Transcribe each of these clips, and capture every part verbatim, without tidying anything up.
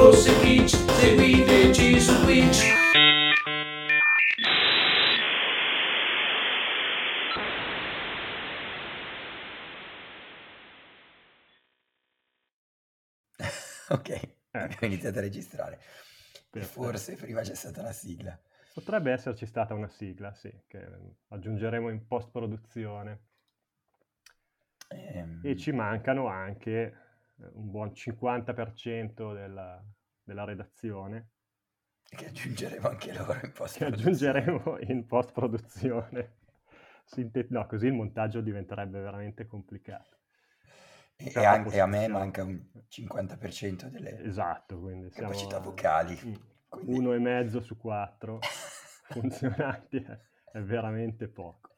Rose e Peach, segui deciso Twitch. Ok, Ecco. abbiamo iniziato a registrare. E Perfetto. forse prima c'è stata la sigla. Potrebbe esserci stata una sigla, sì, che aggiungeremo in post-produzione. Ehm, E ci mancano anche eh, un buon cinquanta per cento della, della redazione che aggiungeremo anche loro in che post-produzione. aggiungeremo in post-produzione. Sinte- no, così il montaggio diventerebbe veramente complicato. E, Per e an- dopo e a me siamo- manca un cinquanta per cento delle Esatto, quindi siamo capacità a- vocali. mm, Quindi- uno e mezzo su quattro funzionanti è, è veramente poco.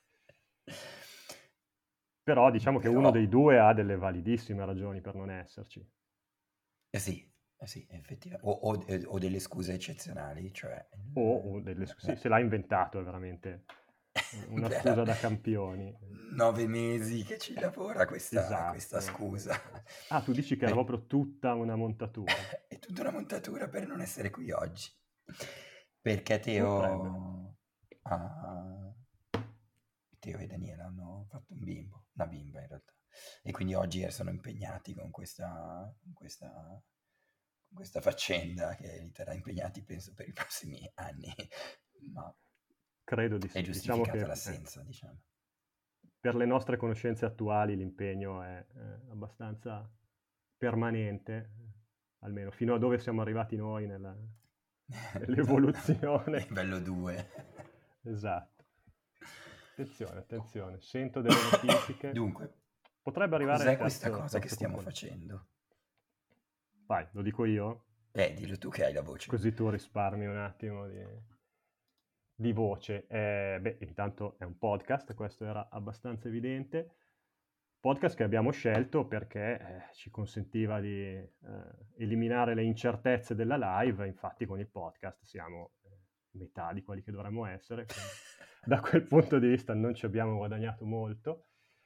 Però diciamo che Però- uno dei due ha delle validissime ragioni per non esserci. Eh sì, eh sì, effettivamente. O, o- eh, o delle scuse eccezionali, cioè... O, o delle eh, sì, se l'ha inventato è veramente una Beh, scusa da campioni. Nove mesi che ci lavora questa, Esatto. questa scusa. Ah, tu dici che era Eh. proprio tutta una montatura. È tutta una montatura per non essere qui oggi. Perché Potrebbe. Teo... ah, Teo e Daniela hanno fatto un bimbo, una bimba in realtà. E quindi oggi sono impegnati con questa, con questa, con questa faccenda che li terrà impegnati, penso, per i prossimi anni. Ma Credo di sì. è Diciamo giustificata che l'assenza, diciamo. per le nostre conoscenze attuali l'impegno è eh, abbastanza permanente, almeno fino a dove siamo arrivati noi nella, nell'evoluzione. Livello due. Esatto. Attenzione, attenzione, sento delle notifiche. Dunque, Potrebbe arrivare cos'è il questa terzo- cosa che terzo stiamo componente. facendo? Vai, lo dico io? Eh, dillo tu che hai la voce. Così tu risparmi un attimo di, di voce. Eh, beh, intanto è un podcast, questo era abbastanza evidente. Podcast che abbiamo scelto perché eh, ci consentiva di eh, eliminare le incertezze della live, infatti con il podcast siamo eh, metà di quelli che dovremmo essere, quindi da quel punto di vista non ci abbiamo guadagnato molto.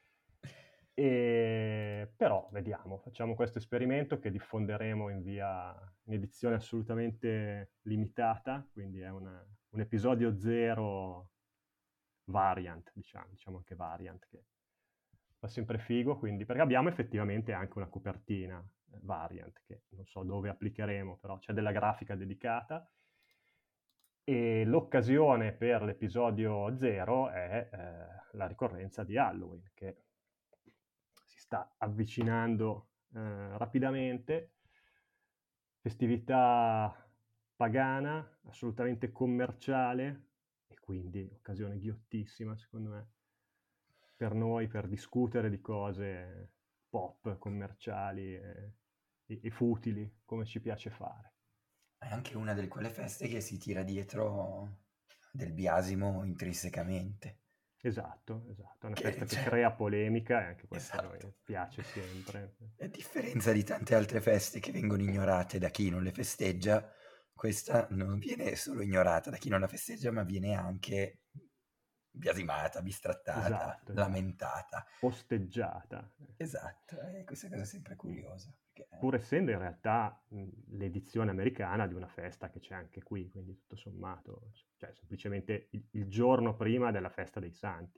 E però vediamo, facciamo questo esperimento che diffonderemo in via in edizione assolutamente limitata, quindi è una, un episodio zero variant, diciamo, diciamo anche variant, che fa sempre figo, quindi perché abbiamo effettivamente anche una copertina eh, variant, che non so dove applicheremo, però c'è della grafica dedicata. E l'occasione per l'episodio zero è eh, la ricorrenza di Halloween, che si sta avvicinando eh, rapidamente, festività pagana, assolutamente commerciale, e quindi occasione ghiottissima, secondo me, per noi, per discutere di cose pop, commerciali e, e, e futili, come ci piace fare. È anche una di quelle feste che si tira dietro del biasimo intrinsecamente. Esatto, esatto, è una Che, festa che cioè, crea polemica e anche questo a esatto. noi piace sempre. A differenza di tante altre feste che vengono ignorate da chi non le festeggia, questa non viene solo ignorata da chi non la festeggia, ma viene anche biasimata, bistrattata, Esatto, esatto. lamentata. Osteggiata. Esatto, e questa cosa è sempre curiosa. Perché... Pur essendo in realtà mh, l'edizione americana di una festa che c'è anche qui, quindi tutto sommato, cioè semplicemente il, il giorno prima della festa dei santi.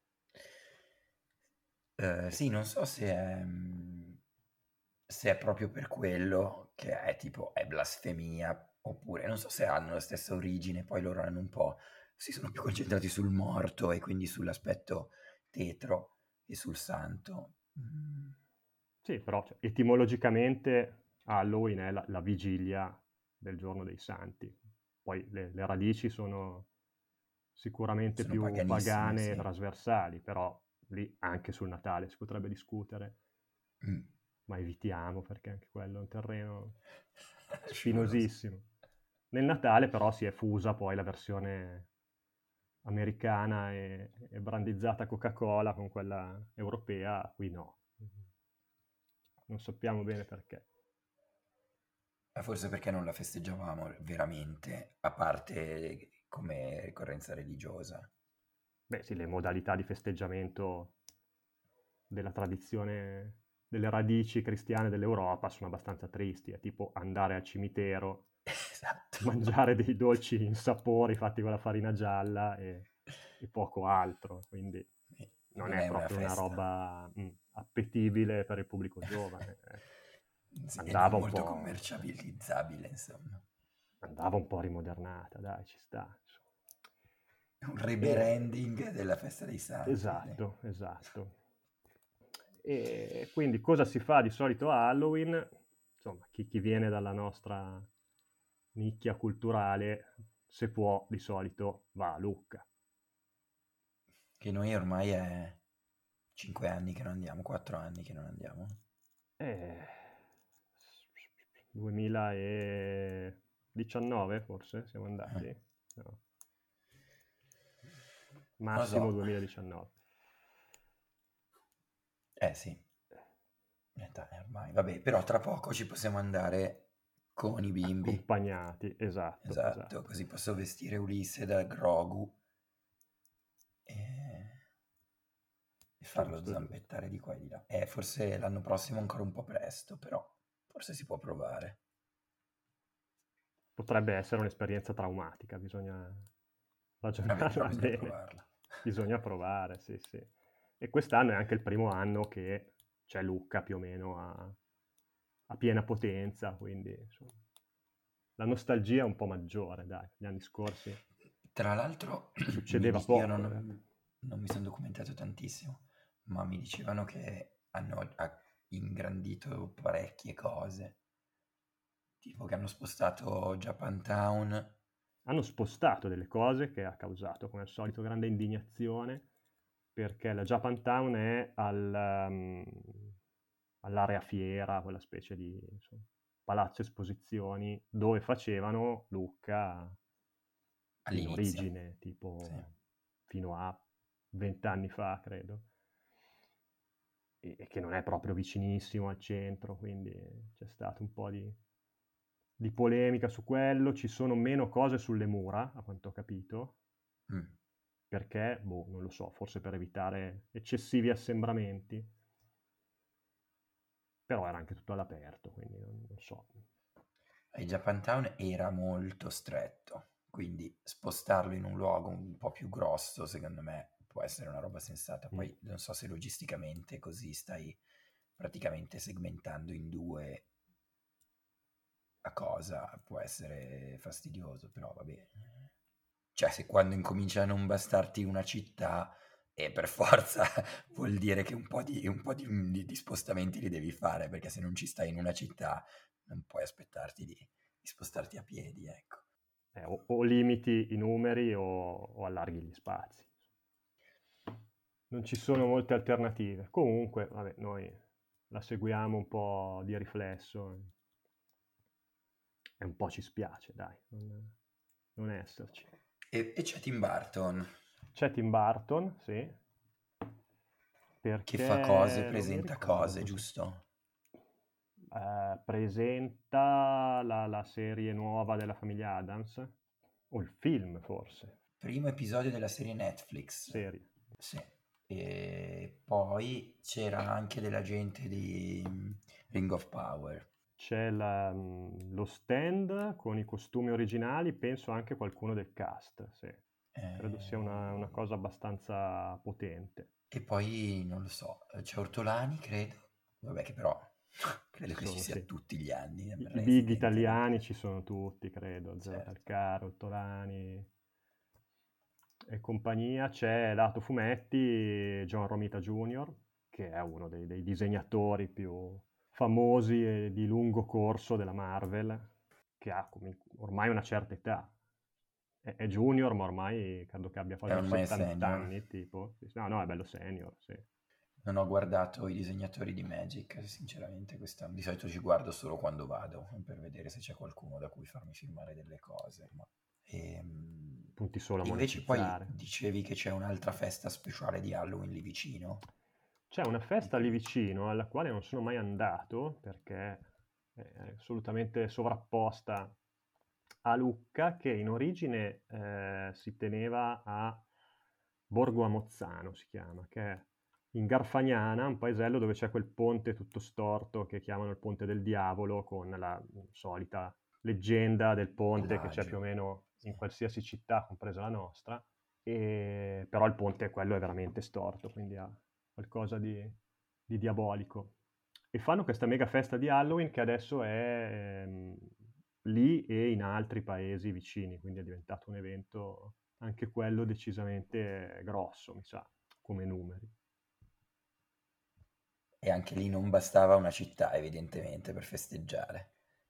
Eh, sì, non so se è, se è proprio per quello che è tipo è blasfemia, oppure non so se hanno la stessa origine, poi loro hanno un po', si sono più concentrati sul morto e quindi sull'aspetto tetro e sul santo. Mm. Sì, però cioè, etimologicamente Halloween è la, la vigilia del giorno dei santi. Poi le, le radici sono sicuramente Sono più paganissime, pagane e sì. trasversali, però lì anche sul Natale si potrebbe discutere, Mm. ma evitiamo perché anche quello è un terreno Scivoloso. spinosissimo. Nel Natale però si è fusa poi la versione americana e, e brandizzata Coca-Cola con quella europea, qui no. Non sappiamo bene perché. Ma forse perché non la festeggiavamo veramente, a parte come ricorrenza religiosa. Beh sì, le modalità di festeggiamento della tradizione delle radici cristiane dell'Europa sono abbastanza tristi, è tipo andare al cimitero, Esatto. mangiare dei dolci insapori fatti con la farina gialla e, e poco altro, quindi Sì, non non è è una proprio una festa. roba mh, appetibile per il pubblico giovane. eh. Sì, e non Andava un molto po', commercializzabile, insomma. andava un po' rimodernata, dai, ci sta. insomma. Un E- rebranding della festa dei santi. sì. esatto, esatto. E quindi cosa si fa di solito a Halloween? Insomma, chi, chi viene dalla nostra nicchia culturale, se può, di solito va a Lucca. Che noi ormai è cinque anni che non andiamo, quattro anni che non andiamo. Eh, duemiladiciannove forse siamo andati? Eh, No, non lo massimo so. duemiladiciannove. Eh sì, eh, dai, ormai, vabbè, però tra poco ci possiamo andare con i bimbi. Accompagnati, esatto, Esatto, esatto. così posso vestire Ulisse da Grogu e, e farlo Giusto, giusto. zampettare di qua e di là. Eh, forse l'anno prossimo è ancora un po' presto, però forse si può provare. Potrebbe essere un'esperienza traumatica, bisogna Vabbè, però ragionarla bisogna bene. provarla. Bisogna provare, sì, sì. E quest'anno è anche il primo anno che c'è Lucca più o meno a, a piena potenza, quindi insomma, la nostalgia è un po' maggiore, dai. Gli anni scorsi Tra l'altro, mi succedeva di- io poco. non, eh. ho- non mi sono documentato tantissimo, ma mi dicevano che hanno ha ingrandito parecchie cose, tipo che hanno spostato Japantown. Hanno spostato delle cose che ha causato, come al solito, grande indignazione, perché la Japantown è al, um, all'area fiera, quella specie di insomma, palazzo esposizioni, dove facevano Lucca in All'inizio. origine, Sì. tipo fino a vent'anni fa, credo, e, e che non è proprio vicinissimo al centro, quindi c'è stato un po' di, di polemica su quello, ci sono meno cose sulle mura, a quanto ho capito, Mm. perché, boh, non lo so, forse per evitare eccessivi assembramenti, però era anche tutto all'aperto, quindi non, non so. E Japantown era molto stretto, quindi spostarlo in un luogo un po' più grosso, secondo me, può essere una roba sensata. Mm. Poi non so se logisticamente così stai praticamente segmentando in due la cosa, può essere fastidioso, però vabbè. Cioè, se quando incomincia a non bastarti una città, e per forza vuol dire che un po' di, un po' di, di- di spostamenti li devi fare, perché se non ci stai in una città non puoi aspettarti di, di spostarti a piedi, ecco. Eh, o, o limiti i numeri o, o allarghi gli spazi. Non ci sono molte alternative. Comunque, vabbè, noi la seguiamo un po' di riflesso e un po' ci spiace, dai, non, non esserci. E, e c'è Tim Burton, C'è Tim Burton, sì, che fa cose, perché non mi presenta ricordo cose, cos'è. giusto? Eh, presenta la, la serie nuova della famiglia Adams, o il film forse, Primo episodio della serie Netflix, serie. sì. E poi c'era anche della gente di mm, Ring of Power. C'è la- mh, lo stand con i costumi originali, penso anche qualcuno del cast, sì. Credo sia una, una Eh, cosa abbastanza potente. E poi non lo so, eh, c'è Ortolani, credo. Vabbè, che però Ci credo che ci sono, sia sì. tutti gli anni, I, i big Resident. italiani ci sono tutti, credo, Zero Certo. Calcaro, Torani e compagnia. C'è lato fumetti John Romita Junior, che è uno dei, dei disegnatori più famosi e di lungo corso della Marvel, che ha come- ormai una certa età. È, è junior, ma ormai credo che abbia È quasi ormai settanta senior. anni, tipo. Sì, sì. No, no, è bello senior, sì. Non ho guardato i disegnatori di Magic, sinceramente, quest'anno. Di solito ci guardo solo quando vado, per vedere se c'è qualcuno da cui farmi firmare delle cose. Ma... Ehm, Punti solo a Invece poi monetizzare. dicevi che c'è un'altra festa speciale di Halloween lì vicino. C'è una Di festa lì cui... vicino alla quale non sono mai andato perché è assolutamente sovrapposta a Lucca, che in origine eh, si teneva a Borgo Amozzano, si chiama, che è in Garfagnana, un paesello dove c'è quel ponte tutto storto che chiamano il Ponte del Diavolo, con la solita leggenda del ponte che c'è più o meno in qualsiasi città, compresa la nostra, e... però il ponte quello è veramente storto, quindi ha qualcosa di, di diabolico. E fanno questa mega festa di Halloween che adesso è ehm, lì e in altri paesi vicini, quindi è diventato un evento anche quello decisamente grosso, mi sa, come numeri. E anche lì non bastava una città, evidentemente, per festeggiare.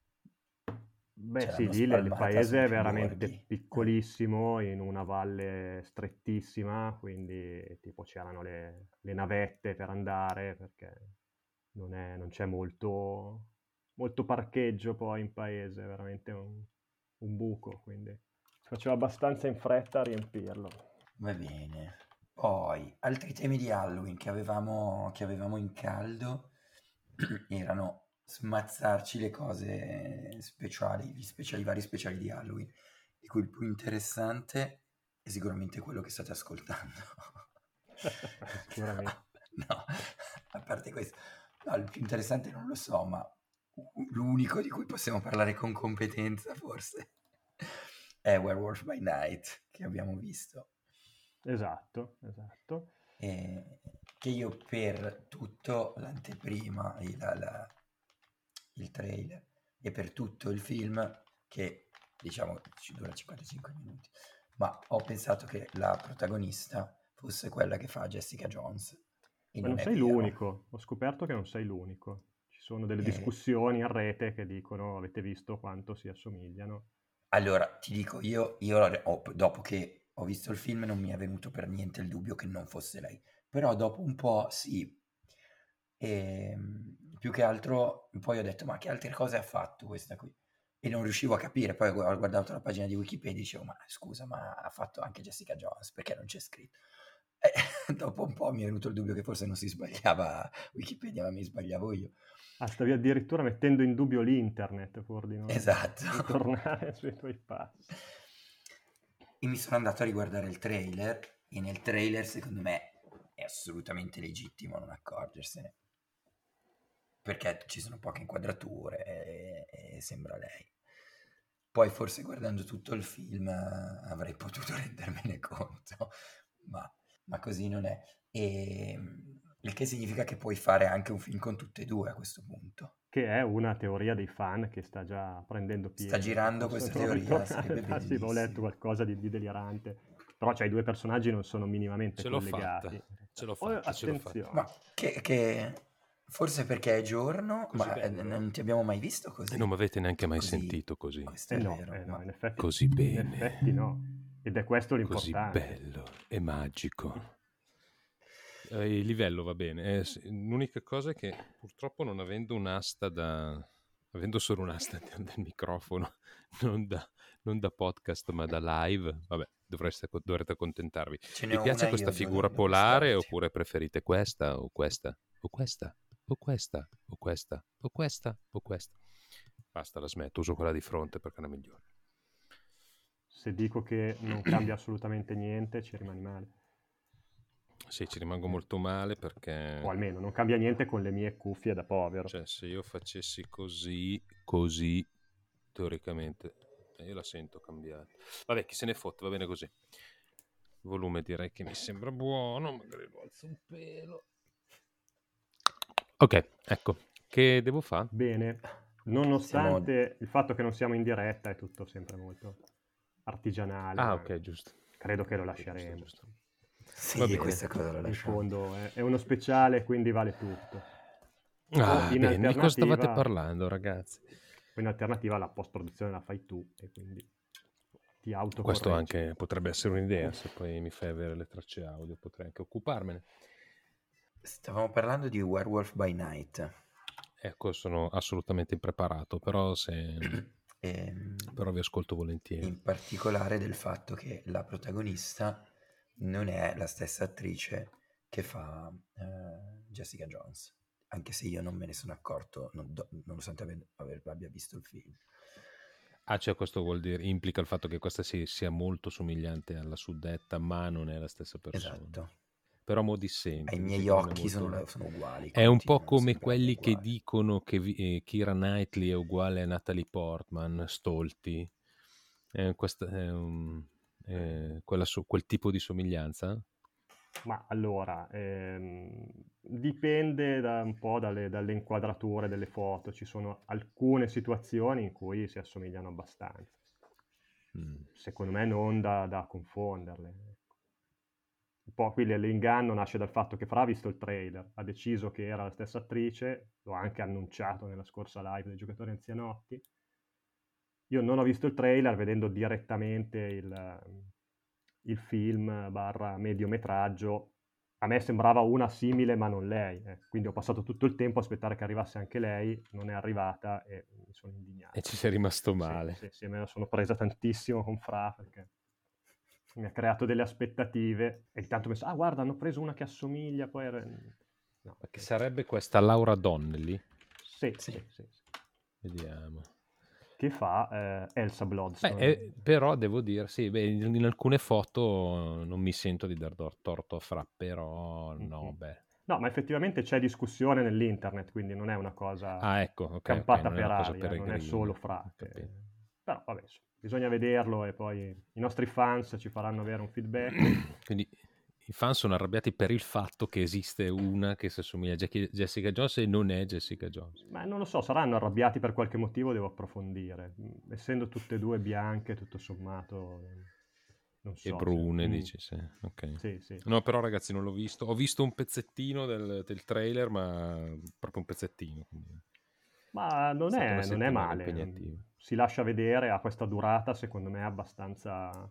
Beh Ce sì, l'hanno lì le- il spalmata paese su è più veramente borghi. piccolissimo, in una valle strettissima, quindi tipo c'erano le, le navette per andare, perché non, è- non c'è molto, molto parcheggio poi in paese, è veramente un, un buco, quindi si faceva abbastanza in fretta a riempirlo. Va bene. Poi, altri temi di Halloween che avevamo, che avevamo in caldo erano smazzarci le cose speciali, gli speciali, i vari speciali di Halloween, di cui il più interessante è sicuramente quello che state ascoltando. Sicuramente. No, a parte questo, no, il più interessante non lo so, ma l'unico di cui possiamo parlare con competenza forse è Werewolf by Night, che abbiamo visto. Esatto, esatto. E che io per tutto l'anteprima, il, la- il trailer e per tutto il film, che diciamo ci dura cinquantacinque minuti, ma ho pensato che la protagonista fosse quella che fa Jessica Jones e Ma non non è sei vero. l'unico, ho scoperto che non sei l'unico. Ci sono delle E discussioni in rete che dicono, avete visto quanto si assomigliano? allora ti dico, io, io ho- dopo che ho visto il film non mi è venuto per niente il dubbio che non fosse lei, però dopo un po' sì. E più che altro poi ho detto ma che altre cose ha fatto questa qui e non riuscivo a capire, poi ho guardato la pagina di Wikipedia e dicevo ma scusa, ma ha fatto anche Jessica Jones, perché non c'è scritto? E dopo un po' mi è venuto il dubbio che forse non si sbagliava Wikipedia, ma mi sbagliavo io. Ah, stavi addirittura mettendo in dubbio l'internet pur di non Esatto. ritornare sui tuoi passi. E mi sono andato a riguardare il trailer e nel trailer secondo me è assolutamente legittimo non accorgersene, perché ci sono poche inquadrature e, e sembra lei. Poi forse guardando tutto il film eh, avrei potuto rendermene conto, ma, ma così non è. E, il che significa che puoi fare anche un film con tutte e due a questo punto. Che è una teoria dei fan che sta già prendendo Sta piede, che girando forse questa non teoria, ritornare. sarebbe Ah, sì, ho letto bellissimo. qualcosa di, di delirante. Però cioè, i due personaggi non sono minimamente Ce l'ho collegati. fatta, ce l'ho Oh, fatta, ce l'ho fatta. attenzione. Ma che, che forse perché è giorno, Così ma eh, bello, non eh? ti abbiamo mai visto così. E non mi avete neanche mai Così, sentito così. questo Eh è no, vero, eh no, ma in effetti, Così in bene. effetti no. Ed è questo Così l'importante. bello e magico. Eh, il livello va bene. Eh, sì, l'unica cosa è che purtroppo non avendo un'asta da... avendo solo un'asta del microfono, non da, non da podcast ma da live, vabbè, dovreste, dovrete accontentarvi. ce ne Vi ho piace una questa io figura volendo polare prestarti. oppure preferite questa o questa o questa o questa o questa o questa o questa? Basta, la smetto, uso quella di fronte perché è la migliore. Se dico che non cambia assolutamente niente, ci rimani male. Sì, ci rimango molto male perché... O almeno non cambia niente con le mie cuffie da povero. Cioè, se io facessi così, così, teoricamente, eh, io la sento cambiare. Vabbè, chi se ne fotte, va bene così. Il volume direi che mi sembra buono, magari lo alzo un pelo. Ok, ecco, che devo fare? Bene, nonostante siamo... il fatto che non siamo in diretta, è tutto sempre molto artigianale. Ah, ok, giusto. Credo che lo Giusto, lasceremo. giusto. Sì, questa cosa la In lasciamo. fondo è, è uno speciale, quindi vale tutto. Ah, in bene, di cosa stavate alternativa, parlando, ragazzi? in alternativa la post-produzione la fai tu e quindi ti autocorreggi. Questo anche potrebbe essere un'idea, se poi mi fai avere le tracce audio potrei anche occuparmene. Stavamo parlando di Werewolf by Night. Ecco, sono assolutamente impreparato, però se... E, però vi ascolto volentieri. in particolare del fatto che la protagonista non è la stessa attrice che fa uh, Jessica Jones, anche se io non me ne sono accorto, non do, nonostante aver, aver, abbia visto il film. Ah, cioè questo vuol dire, implica il fatto che questa si, sia molto somigliante alla suddetta, ma non è la stessa persona. Esatto, però mo dissenti. Ai dice miei che non è occhi molto sono, bello. sono uguali, È un po' continuano come sempre a quelli che uguali. dicono che vi- eh, Keira Knightley è uguale a Natalie Portman, stolti. È questa, è un- è quella so- quel tipo di somiglianza? Ma allora, ehm, dipende da un po' dalle, dalle inquadrature delle foto. Ci sono alcune situazioni in cui si assomigliano abbastanza. Mm. Secondo me non da, da confonderle. ecco. Un po' qui l- l'inganno nasce dal fatto che Fra ha visto il trailer, ha deciso che era la stessa attrice, l'ho anche annunciato nella scorsa live dei giocatori anzianotti. Io non ho visto il trailer, vedendo direttamente il, il film barra mediometraggio. A me sembrava una simile, ma non lei. eh. Quindi ho passato tutto il tempo a aspettare che arrivasse anche lei, non è arrivata e mi sono indignato. E ci sei rimasto Sì, male. sì, sì, me la sono presa tantissimo con Fra perché mi ha creato delle aspettative e intanto ho pensato, ah guarda, hanno preso una che assomiglia, poi era... No, Che eh, sarebbe questa Laura Donnelly? sì, Sì. sì, sì, sì. Vediamo. Che fa eh, Elsa Beh, Bloodstone. eh, però devo dire, sì, beh, in, in alcune foto non mi sento di dar dor- torto a Fra, però no, Mhm. beh. No, ma effettivamente c'è discussione nell'internet, quindi non è una cosa Ah, ecco, ok, ok, campata non è per una cosa aria, non è peregrina. solo Ho Fra. che- capito. Però vabbè, insomma, bisogna vederlo e poi i nostri fans ci faranno avere un feedback. Quindi i fan sono arrabbiati per il fatto che esiste una che si assomiglia a Jackie- Jessica Jones e non è Jessica Jones. Ma non lo so, saranno arrabbiati per qualche motivo, devo approfondire. Mm, Essendo tutte e due bianche, tutto sommato, non E so se... brune, Mm, dici, sì, ok. Sì, sì. No, però ragazzi non l'ho visto. Ho visto un pezzettino del, del trailer, ma proprio un pezzettino. Quindi Ma è non stata una è, non è settimana male. mm, impegnativa. Si lascia vedere, ha questa durata, secondo me, abbastanza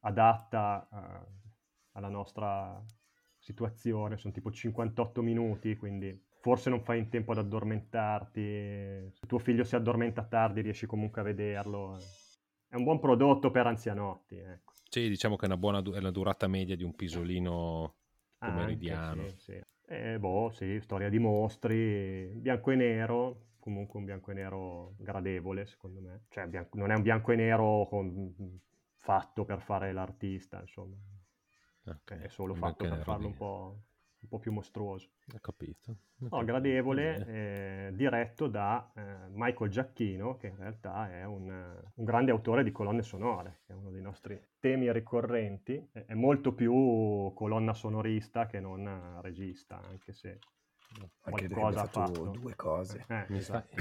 adatta eh, alla nostra situazione. Sono tipo cinquantotto minuti, quindi forse non fai in tempo ad addormentarti. Se tuo figlio si addormenta tardi, riesci comunque a vederlo. È un buon prodotto per anzianotti, ecco. Sì, diciamo che è una buona du- è la durata media di un pisolino Anche, pomeridiano. sì, sì. E boh, sì, storia di mostri, bianco e nero, comunque un bianco e nero gradevole, secondo me. Cioè, bian- non è un bianco e nero con- fatto per fare l'artista, insomma. Ok, È solo un fatto bianco e per nero farlo di... un po', un po' più mostruoso. Ho capito. No, Ok, va gradevole, bene. eh, diretto da eh, Michael Giacchino, che in realtà è un, eh, un grande autore di colonne sonore, che è uno dei nostri temi ricorrenti. È, è molto più colonna sonorista che non eh, regista, anche se Anche perché abbia qualcosa ha fatto fatto. due cose. Eh, eh, Mi sta, esatto.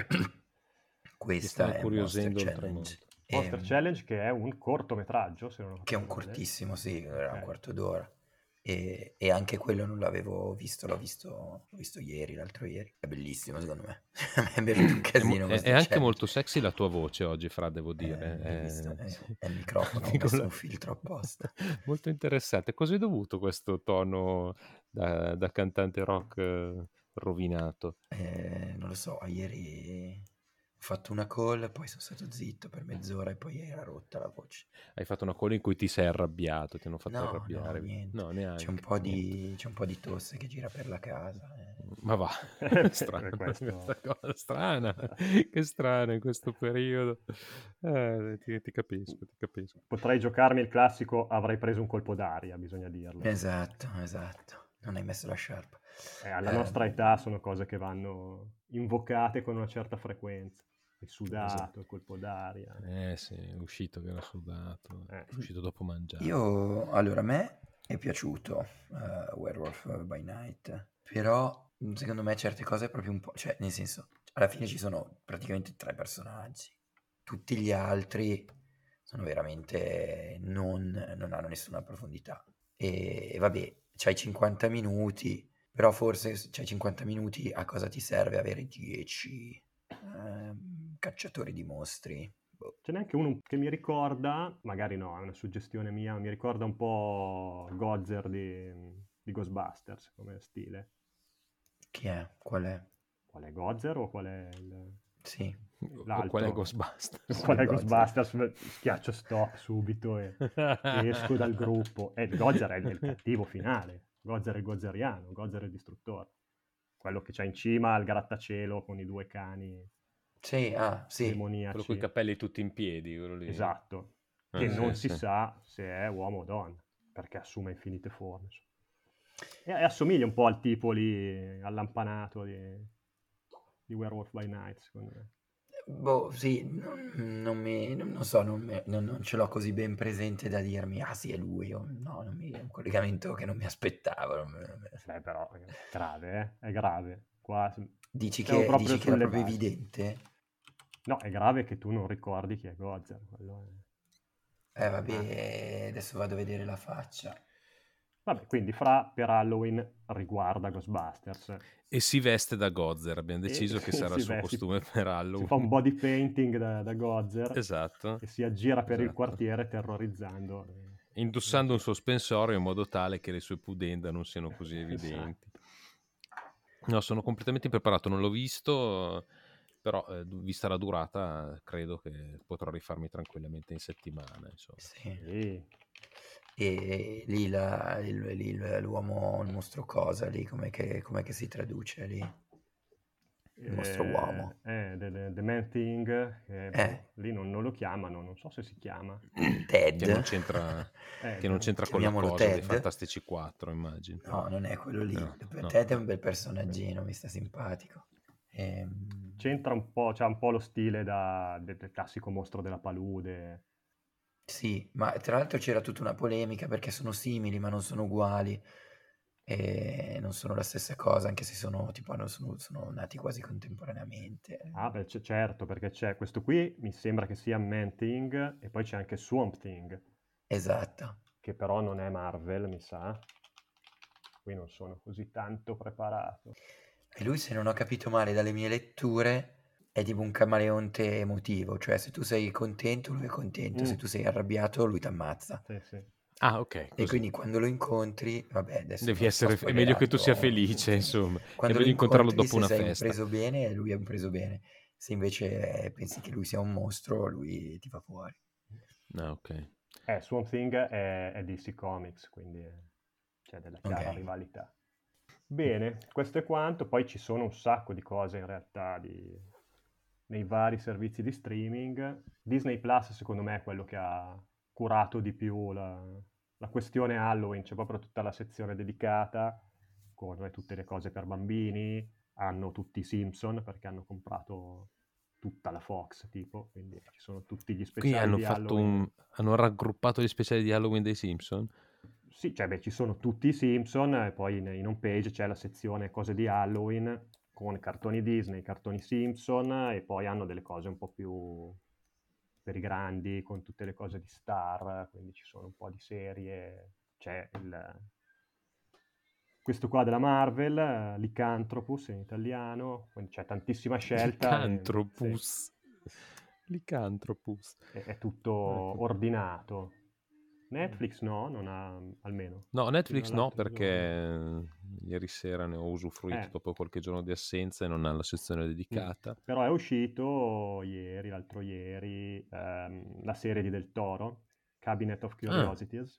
mi sta Questa è Monster incuriosendo Challenge, oltremodo. Monster ehm, Challenge, che è un cortometraggio, se non ho che è capito un male. cortissimo, sì, era un Ok. quarto d'ora. E, e anche quello non l'avevo visto, l'ho visto, l'ho visto ieri, l'altro ieri. È bellissimo, secondo me. A me è piaciuto un È, mo- casino è- è Monster anche Challenge. molto sexy la tua voce oggi, Fra, devo Eh, dire. hai visto? Eh, È, sì. è il microfono, ho Dico messo la- un filtro apposta. Molto interessante. Cosa hai dovuto questo tono da, da cantante rock eh, rovinato? Eh, non lo so, ieri ho fatto una call, poi sono stato zitto per mezz'ora e poi era rotta la voce. Hai fatto una call in cui ti sei arrabbiato, ti hanno fatto No, no, arrabbiare. niente. No, C'è un neanche. po' Niente. di, c'è un po' di tosse che gira per la casa. eh. Ma va, Eh, strana questo- questa cosa, strana, che strana in questo periodo. Eh, ti, ti capisco, ti capisco. Potrei giocarmi il classico, avrei preso un colpo d'aria, bisogna dirlo. Esatto, esatto. Non hai messo la sciarpa. Eh, alla Ehm, nostra età sono cose che vanno invocate con una certa frequenza. Il sudato, il colpo d'aria. Eh sì, è uscito che era sudato, Eh. è uscito dopo mangiare. Io, allora, a me è piaciuto eh, Werewolf by Night, però mh, secondo me certe cose proprio un po', cioè nel senso, alla fine ci sono praticamente tre personaggi, tutti gli altri sono veramente non, non hanno nessuna profondità e, e vabbè, c'hai cinquanta minuti, però forse c'hai cinquanta minuti, a cosa ti serve avere dieci ehm, cacciatori di mostri? Boh. Ce n'è anche uno che mi ricorda, magari no, è una suggestione mia, mi ricorda un po' Gozer di, di Ghostbusters come stile. Chi è? Qual è? Qual è Gozer o qual è il... Sì. O qual è l'altro? Ghostbusters? Qual è Gozer. Ghostbusters? Schiaccio stop subito e esco dal gruppo. E il Gozer è il, è il cattivo finale. Gozer è il gozeriano, Gozer è il distruttore. Quello che c'ha in cima al grattacielo con i due cani Sì, ah, sì. Quello con i demoniaci. capelli tutti in piedi, quello lì. Esatto. Ah, Che sì, non si sì. sa se è uomo o donna, perché assume infinite forme. E, e assomiglia un po' al tipo lì, allampanato di, di Werewolf by Night, secondo me. Boh, sì, non, non mi, non, non so, non, me- non- non ce l'ho così ben presente da dirmi, ah sì, è lui, o no, non mi- è un collegamento che non mi aspettavo. non me- non me- Beh, però è grave, eh? È grave. Qua s- Dici siamo che, proprio dici che era sulle proprio basi. evidente? No, è grave che tu non ricordi chi è Gozer. Quello è... Eh è male. vabbè, adesso vado a vedere la faccia. Vabbè, quindi Fra per Halloween riguarda Ghostbusters. E si veste da Gozer, abbiamo E deciso che si sarà il suo veste- costume per Halloween. Si fa un body painting da, da Gozer Esatto. e si aggira per il Esatto. quartiere terrorizzando. Indossando un sospensorio in modo tale che le sue pudenda non siano così evidenti. No, sono completamente impreparato, non l'ho visto, però eh, vista la durata credo che potrò rifarmi tranquillamente in settimana, insomma. Sì. Sì. E lì, la- il- lì il- l'uomo, il mostro cosa, lì com'è che, com'è che si traduce lì? Il mostro Eh, uomo. eh, the, the- the Man Thing, che, boh, Eh. lì non, non lo chiamano, non so se si chiama. Ted? Che non c'entra, Eh, che non the- c'entra con la Chiamiamolo cosa dei Ted? Fantastici quattro, immagino. No, non è quello lì. No, no. Ted è un bel personaggino, mi sta simpatico. Ehm, C'entra un po', c'ha un po' lo stile da, de- del classico mostro della palude. Sì, ma tra l'altro c'era tutta una polemica perché sono simili ma non sono uguali e non sono la stessa cosa, anche se sono, tipo, hanno- sono, sono nati quasi contemporaneamente. Ah, beh, c'è- certo, perché c'è questo qui, mi sembra che sia Man Thing, e poi c'è anche Swamp Thing, Esatto. che però non è Marvel, mi sa. Qui non sono così tanto preparato. E lui, se non ho capito male dalle mie letture, è tipo un camaleonte emotivo, cioè se tu sei contento lui è contento, se Mm. tu sei arrabbiato lui ti ammazza. Sì, sì. Ah, ok. E Così. quindi quando lo incontri, vabbè, adesso Devi ho essere, è meglio che tu sia felice, insomma. È Quando lo meglio incontrarlo incontri, dopo se una sei un festa. preso bene, lui è un preso bene. Se invece eh, pensi che lui sia un mostro, lui ti fa fuori. Ah, ok. Eh, Swamp Thing è, è D C Comics, quindi è- c'è della chiara Ok. rivalità. Bene, questo è quanto. Poi ci sono un sacco di cose in realtà di- nei vari servizi di streaming. Disney Plus, secondo me, è quello che ha curato di più la, la questione Halloween. C'è proprio tutta la sezione dedicata con eh, tutte le cose per bambini. Hanno tutti i Simpson perché hanno comprato tutta la Fox, tipo, quindi ci sono tutti gli Qui speciali hanno di fatto Halloween. un, hanno raggruppato gli speciali di Halloween dei Simpson. Sì, cioè beh, ci sono tutti i Simpson e poi in, in home page c'è la sezione cose di Halloween con cartoni Disney, cartoni Simpson e poi hanno delle cose un po' più per i grandi con tutte le cose di Star, quindi ci sono un po' di serie, c'è il, questo qua della Marvel, eh, Lycanthropus in italiano, quindi c'è tantissima scelta. e- Lycanthropus. Lycanthropus. sì, è, è tutto Ecco. ordinato. Netflix no, non ha almeno. No, Netflix fino no, all'altro giorno. perché ieri sera ne ho usufruito Eh. dopo qualche giorno di assenza e non ha la sezione dedicata. Però è uscito ieri, l'altro ieri, ehm, la serie di Del Toro, Cabinet of Curiosities,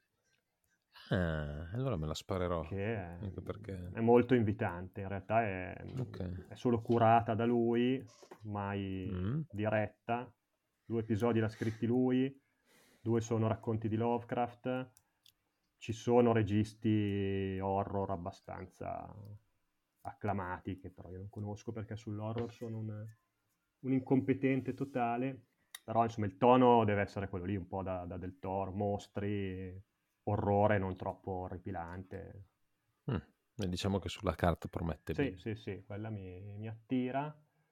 Ah, allora me la sparerò. che è, Anche perché... è molto invitante. In realtà è, Ok. è solo curata da lui, mai Mm. diretta. Due episodi l'ha scritti lui, due sono racconti di Lovecraft. Ci sono registi horror abbastanza acclamati, che però io non conosco perché sull'horror sono un, un incompetente totale. Però insomma il tono deve essere quello lì, un po' da, da Del Toro, mostri, orrore non troppo orripilante. Mm. E diciamo che sulla carta promette Sì, bene. sì, sì, quella mi, mi attira.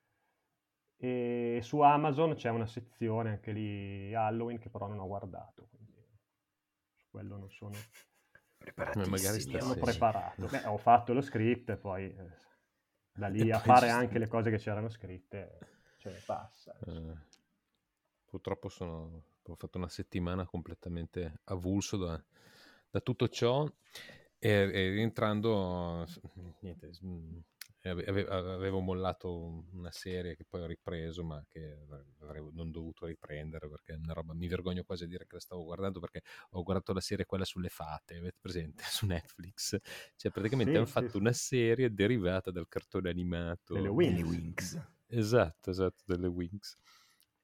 E su Amazon c'è una sezione anche lì Halloween che però non ho guardato, quindi su quello non sono, Preparatissimi magari sono stasera. oggi. preparato. Beh, ho fatto lo script e poi eh, da lì E a poi fare ci sta- anche le cose che c'erano scritte ce ne passa. Eh, purtroppo sono, ho fatto una settimana completamente avulso da, da tutto ciò e, e rientrando, niente, mm, ave- ave- avevo mollato una serie che poi ho ripreso, ma che avrei non dovuto riprendere perché è una roba, mi vergogno quasi a dire che la stavo guardando perché ho guardato la serie quella sulle fate, avete presente, su Netflix? Cioè praticamente Sì, hanno sì, fatto sì. una serie derivata dal cartone animato. Delle Delle Winx. Winx. Esatto, esatto, delle Winx.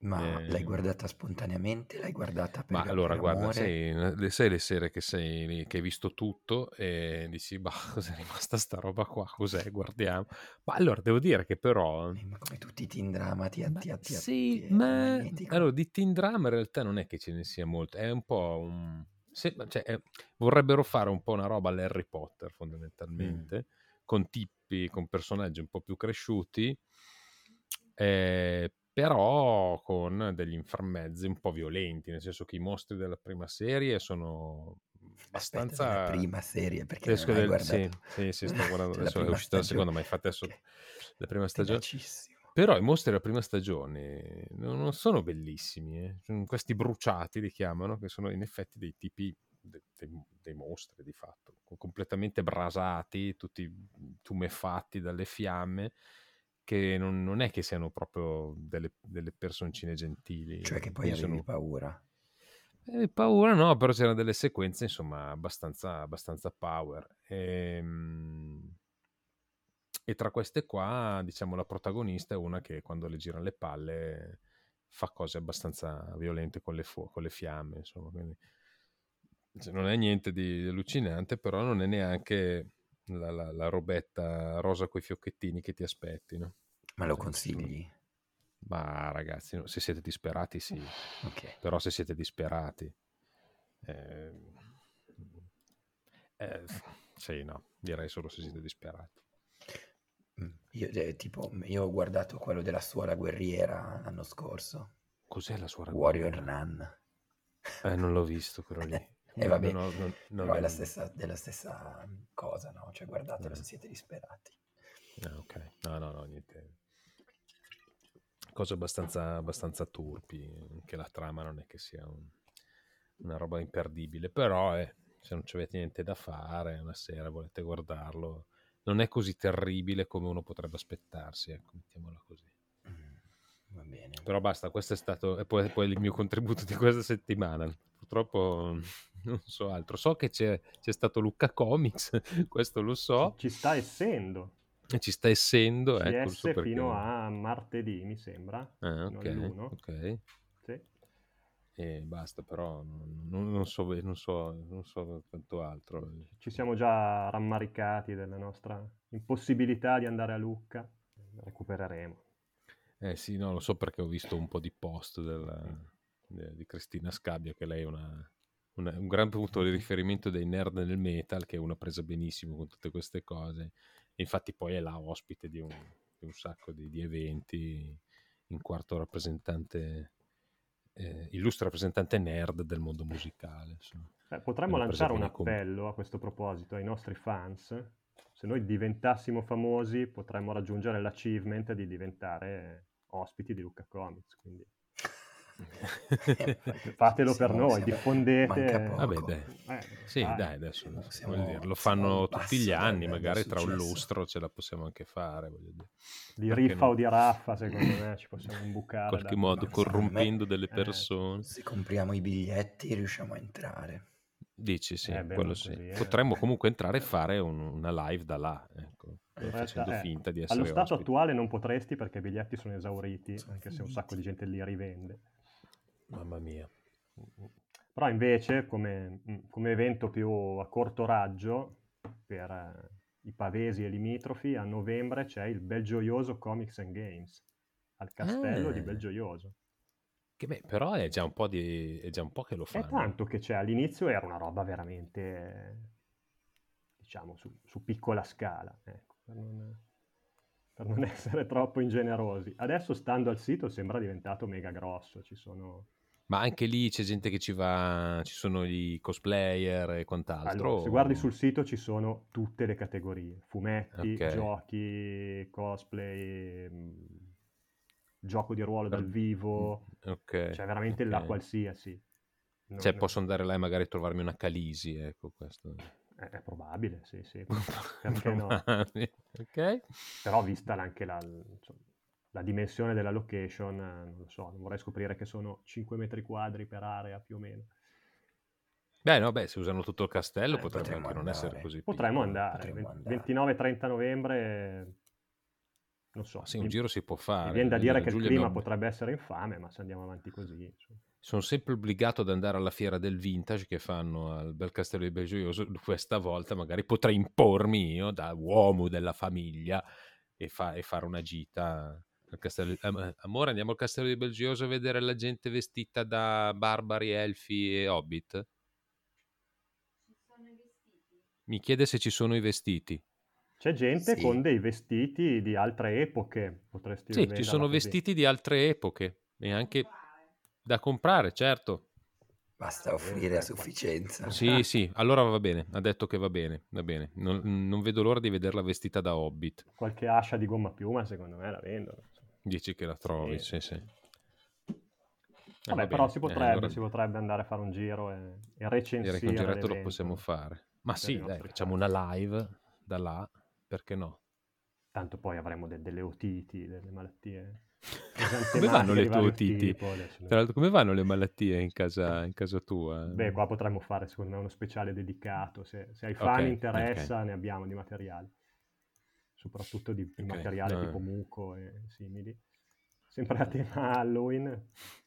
Ma l'hai Eh, guardata spontaneamente? L'hai guardata per, ma allora, per guarda, amore? sai, le, sai le sere che sei lì, che hai visto tutto e dici, bah, cos'è rimasta sta roba qua? Cos'è? Guardiamo. Ma allora, devo dire che però... Eh, ma come tutti i teen drama ti, Ma ti, ti, ti sì, è ma magnetico? allora di teen drama in realtà non è che ce ne sia molto, è un po' un... se- cioè, è- vorrebbero fare un po' una roba all'Harry Potter Mm. fondamentalmente, con tipi, con personaggi un po' più cresciuti, eh, però con degli inframmezzi un po' violenti, nel senso che i mostri della prima serie sono Aspetta, della abbastanza... prima serie, perché non Adesso hai del... Sì, guardato sì, sì, sto guardando, della adesso è prima uscita la stagione. seconda, ma infatti adesso Ok, la prima stagione... tenacissimo. Però i mostri della prima stagione non non sono bellissimi, eh. Sono questi bruciati li chiamano, che sono in effetti dei tipi, de- dei, dei mostri di fatto, co- completamente brasati, tutti tumefatti dalle fiamme, che non, non è che siano proprio delle, delle personcine gentili. Cioè che poi Quindi avevi sono... paura. Eh, paura no, però c'erano delle sequenze, insomma, abbastanza, abbastanza power. Ehm, E, tra queste qua, diciamo, la protagonista è una che quando le girano le palle fa cose abbastanza violente con le, fu- con le fiamme, insomma. Quindi, cioè, non è niente di allucinante, però non è neanche la, la- la robetta rosa coi fiocchettini che ti aspetti, no? Ma lo Cioè, ci sono- consigli? Ma ragazzi, no, se siete disperati, sì. Ok. Però se siete disperati... eh, eh, sì, no, direi solo se siete disperati. Mm. Io, eh, tipo, io ho guardato quello della suora guerriera l'anno scorso, Cos'è la suora Warrior guerriera? Nun. Eh, non l'ho visto quello lì. E No, no, vabbè, no, no, no, però è la non- stessa, della stessa cosa, no? Cioè guardatelo se no. siete disperati. Ah, ok. No, no, no, niente. Cose abbastanza, abbastanza turpi, che la trama non è che sia un- una roba imperdibile, però eh, se non avete niente da fare, una sera volete guardarlo, non è così terribile come uno potrebbe aspettarsi, ecco, mettiamola così. Mm, va bene. Però basta, questo è stato, e poi, poi il mio contributo di questa settimana. Purtroppo non so altro. So che c'è, c'è stato Lucca Comics, questo lo Ci, so, ci sta essendo. e ci sta essendo, ecco, non so C S fino perché. a martedì, mi sembra, Ah, fino ok, all'uno. ok. Sì. E basta, però non, non- non so, non so, non so quanto altro. Ci siamo già rammaricati della nostra impossibilità di andare a Lucca. Recupereremo. Eh sì, no, lo so perché ho visto un po' di post della- Mm. de- di Cristina Scabbia, che lei è una, una- un gran punto di riferimento dei nerd nel metal, che è una presa benissimo con tutte queste cose. Infatti poi è la ospite di un, di un sacco di, di eventi, in quarto rappresentante, eh, illustre rappresentante nerd del mondo musicale. Insomma. Eh, È potremmo una presa lanciare un bene con... appello a questo proposito ai nostri fans. Se noi diventassimo famosi, potremmo raggiungere l'achievement di diventare ospiti di Lucca Comics. Quindi fatelo per Siamo- noi, siamo- diffondete. Manca Vabbè, poco. dai. Eh, Sì, dai. dai, adesso Siamo, voglio siamo- dire, lo siamo fanno al tutti gli passo da- anni, da- dal magari tra un successo. lustro ce la possiamo anche fare, voglio dire. Di Perché riffa no? o di raffa, secondo me, ci possiamo In imbucare. qualche da- modo, Ma secondo corrompendo me, delle Eh, persone. se compriamo i biglietti riusciamo a entrare. Dici sì, Eh, beh, quello ma sì. così, eh. Potremmo comunque entrare e fare un- una live da là, ecco, In eh, realtà, facendo eh, finta di allo essere stato ospiti. attuale non potresti perché i biglietti sono esauriti, Sono anche se un sacco di finiti. gente li rivende. Mamma mia. Però invece, come, come evento più a corto raggio, per eh, i pavesi e limitrofi, a novembre c'è il Belgioioso Comics and Games, al castello di Ah, Belgioioso. che beh, però è già un po' di, è già un po' che lo È fanno. tanto che c'è, all'inizio era una roba veramente, eh, diciamo, su, su piccola scala, ecco, per non, per non essere troppo ingenerosi. Adesso, stando al sito, sembra diventato mega grosso, ci sono... Ma anche lì c'è gente che ci va, ci sono i cosplayer e quant'altro. Allora, se guardi o- sul sito ci sono tutte le categorie, fumetti, Ok. giochi, cosplay, mh, gioco di ruolo Per- dal vivo, Ok. cioè veramente ok. la qualsiasi. Non- Cioè, posso andare là e magari trovarmi una Calisi, ecco questo. È, è probabile, sì, sì, perché no? Probabile. Ok. Però vista anche la, insomma, la dimensione della location, eh, non lo so, non vorrei scoprire che sono cinque metri quadri per area più o meno. Beh, no, beh, se usano tutto il castello Eh, potrebbe potremmo anche non essere andare. così Potremmo piccolo. andare, Potremmo andare. ventinove trenta novembre non so. Sì, un mi, giro si può mi fare. viene da dire Nella che il Giulia clima abbiamo- potrebbe essere infame, ma se andiamo avanti così... insomma. Sono sempre obbligato ad andare alla fiera del vintage che fanno al Bel Castello di Belgiojoso. Questa volta magari potrei impormi io da uomo della famiglia e, fa- e fare una gita al castello. Am- amore, andiamo al Castello di Belgiojoso a vedere la gente vestita da barbari, elfi e hobbit? Mi chiede se ci sono i vestiti. C'è gente Sì. con dei vestiti di altre epoche, potresti Sì, ci venderla sono così. vestiti di altre epoche e anche da comprare, certo. Basta offrire a sufficienza. Sì, sì, allora va bene, ha detto che va bene, va bene. Non, non vedo l'ora di vederla vestita da hobbit. Qualche ascia di gomma piuma, secondo me, la vendono. Dici che la trovi, Sì, sì, sì. Eh, Vabbè, va però bene. si Eh, potrebbe, allora si potrebbe andare a fare un giro e, e direi che un recensire giretto lo l'evento possiamo fare. Ma per i sì, dai, nostri facciamo fan. una live da là, perché no? Tanto poi avremo de- delle otiti, delle malattie Come vanno esantematiche le di tue vario otiti? tipo. Adesso. Tra l'altro, come vanno le malattie in casa, in casa tua? Beh, qua potremmo fare secondo me uno speciale dedicato. Se, se ai Ok, fan ok. interessa, ne abbiamo di materiali, soprattutto di, di Ok, materiale no. tipo muco e simili. Sempre a tema Halloween.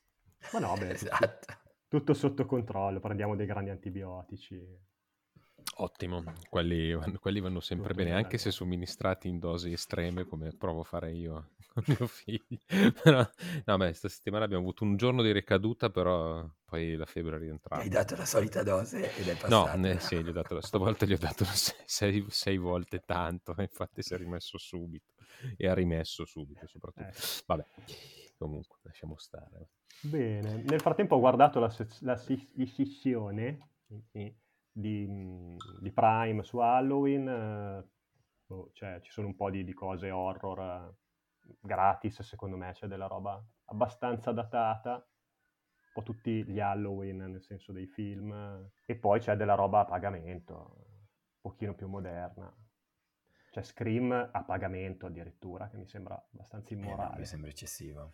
Ma no, beh, tutto, Esatto. tutto sotto controllo. Prendiamo dei grandi antibiotici. Ottimo, quelli vanno, quelli vanno sempre Tutto bene, bene, anche se allora. somministrati in dosi estreme, come provo a fare io con mio figlio. Però, no, beh, questa settimana abbiamo avuto un giorno di ricaduta, però poi la febbre è Gli hai rientrata. dato la solita dose ed è No, passato. eh, sì, gli ho dato, stavolta gli ho dato sei, sei- sei volte tanto, infatti si è rimesso subito e ha rimesso subito soprattutto. Ecco. Vabbè, comunque, lasciamo stare. Bene, nel frattempo ho guardato la, se- la si- sessione di, di- di Prime su Halloween, eh, boh, cioè ci sono un po' di, di cose horror eh, gratis, secondo me, c'è della roba abbastanza datata, un po' tutti gli Halloween, nel senso dei film, eh, e poi c'è della roba a pagamento, un pochino più moderna. C'è Scream a pagamento addirittura, che mi sembra abbastanza Eh, no, immorale. mi sembra eccessivo.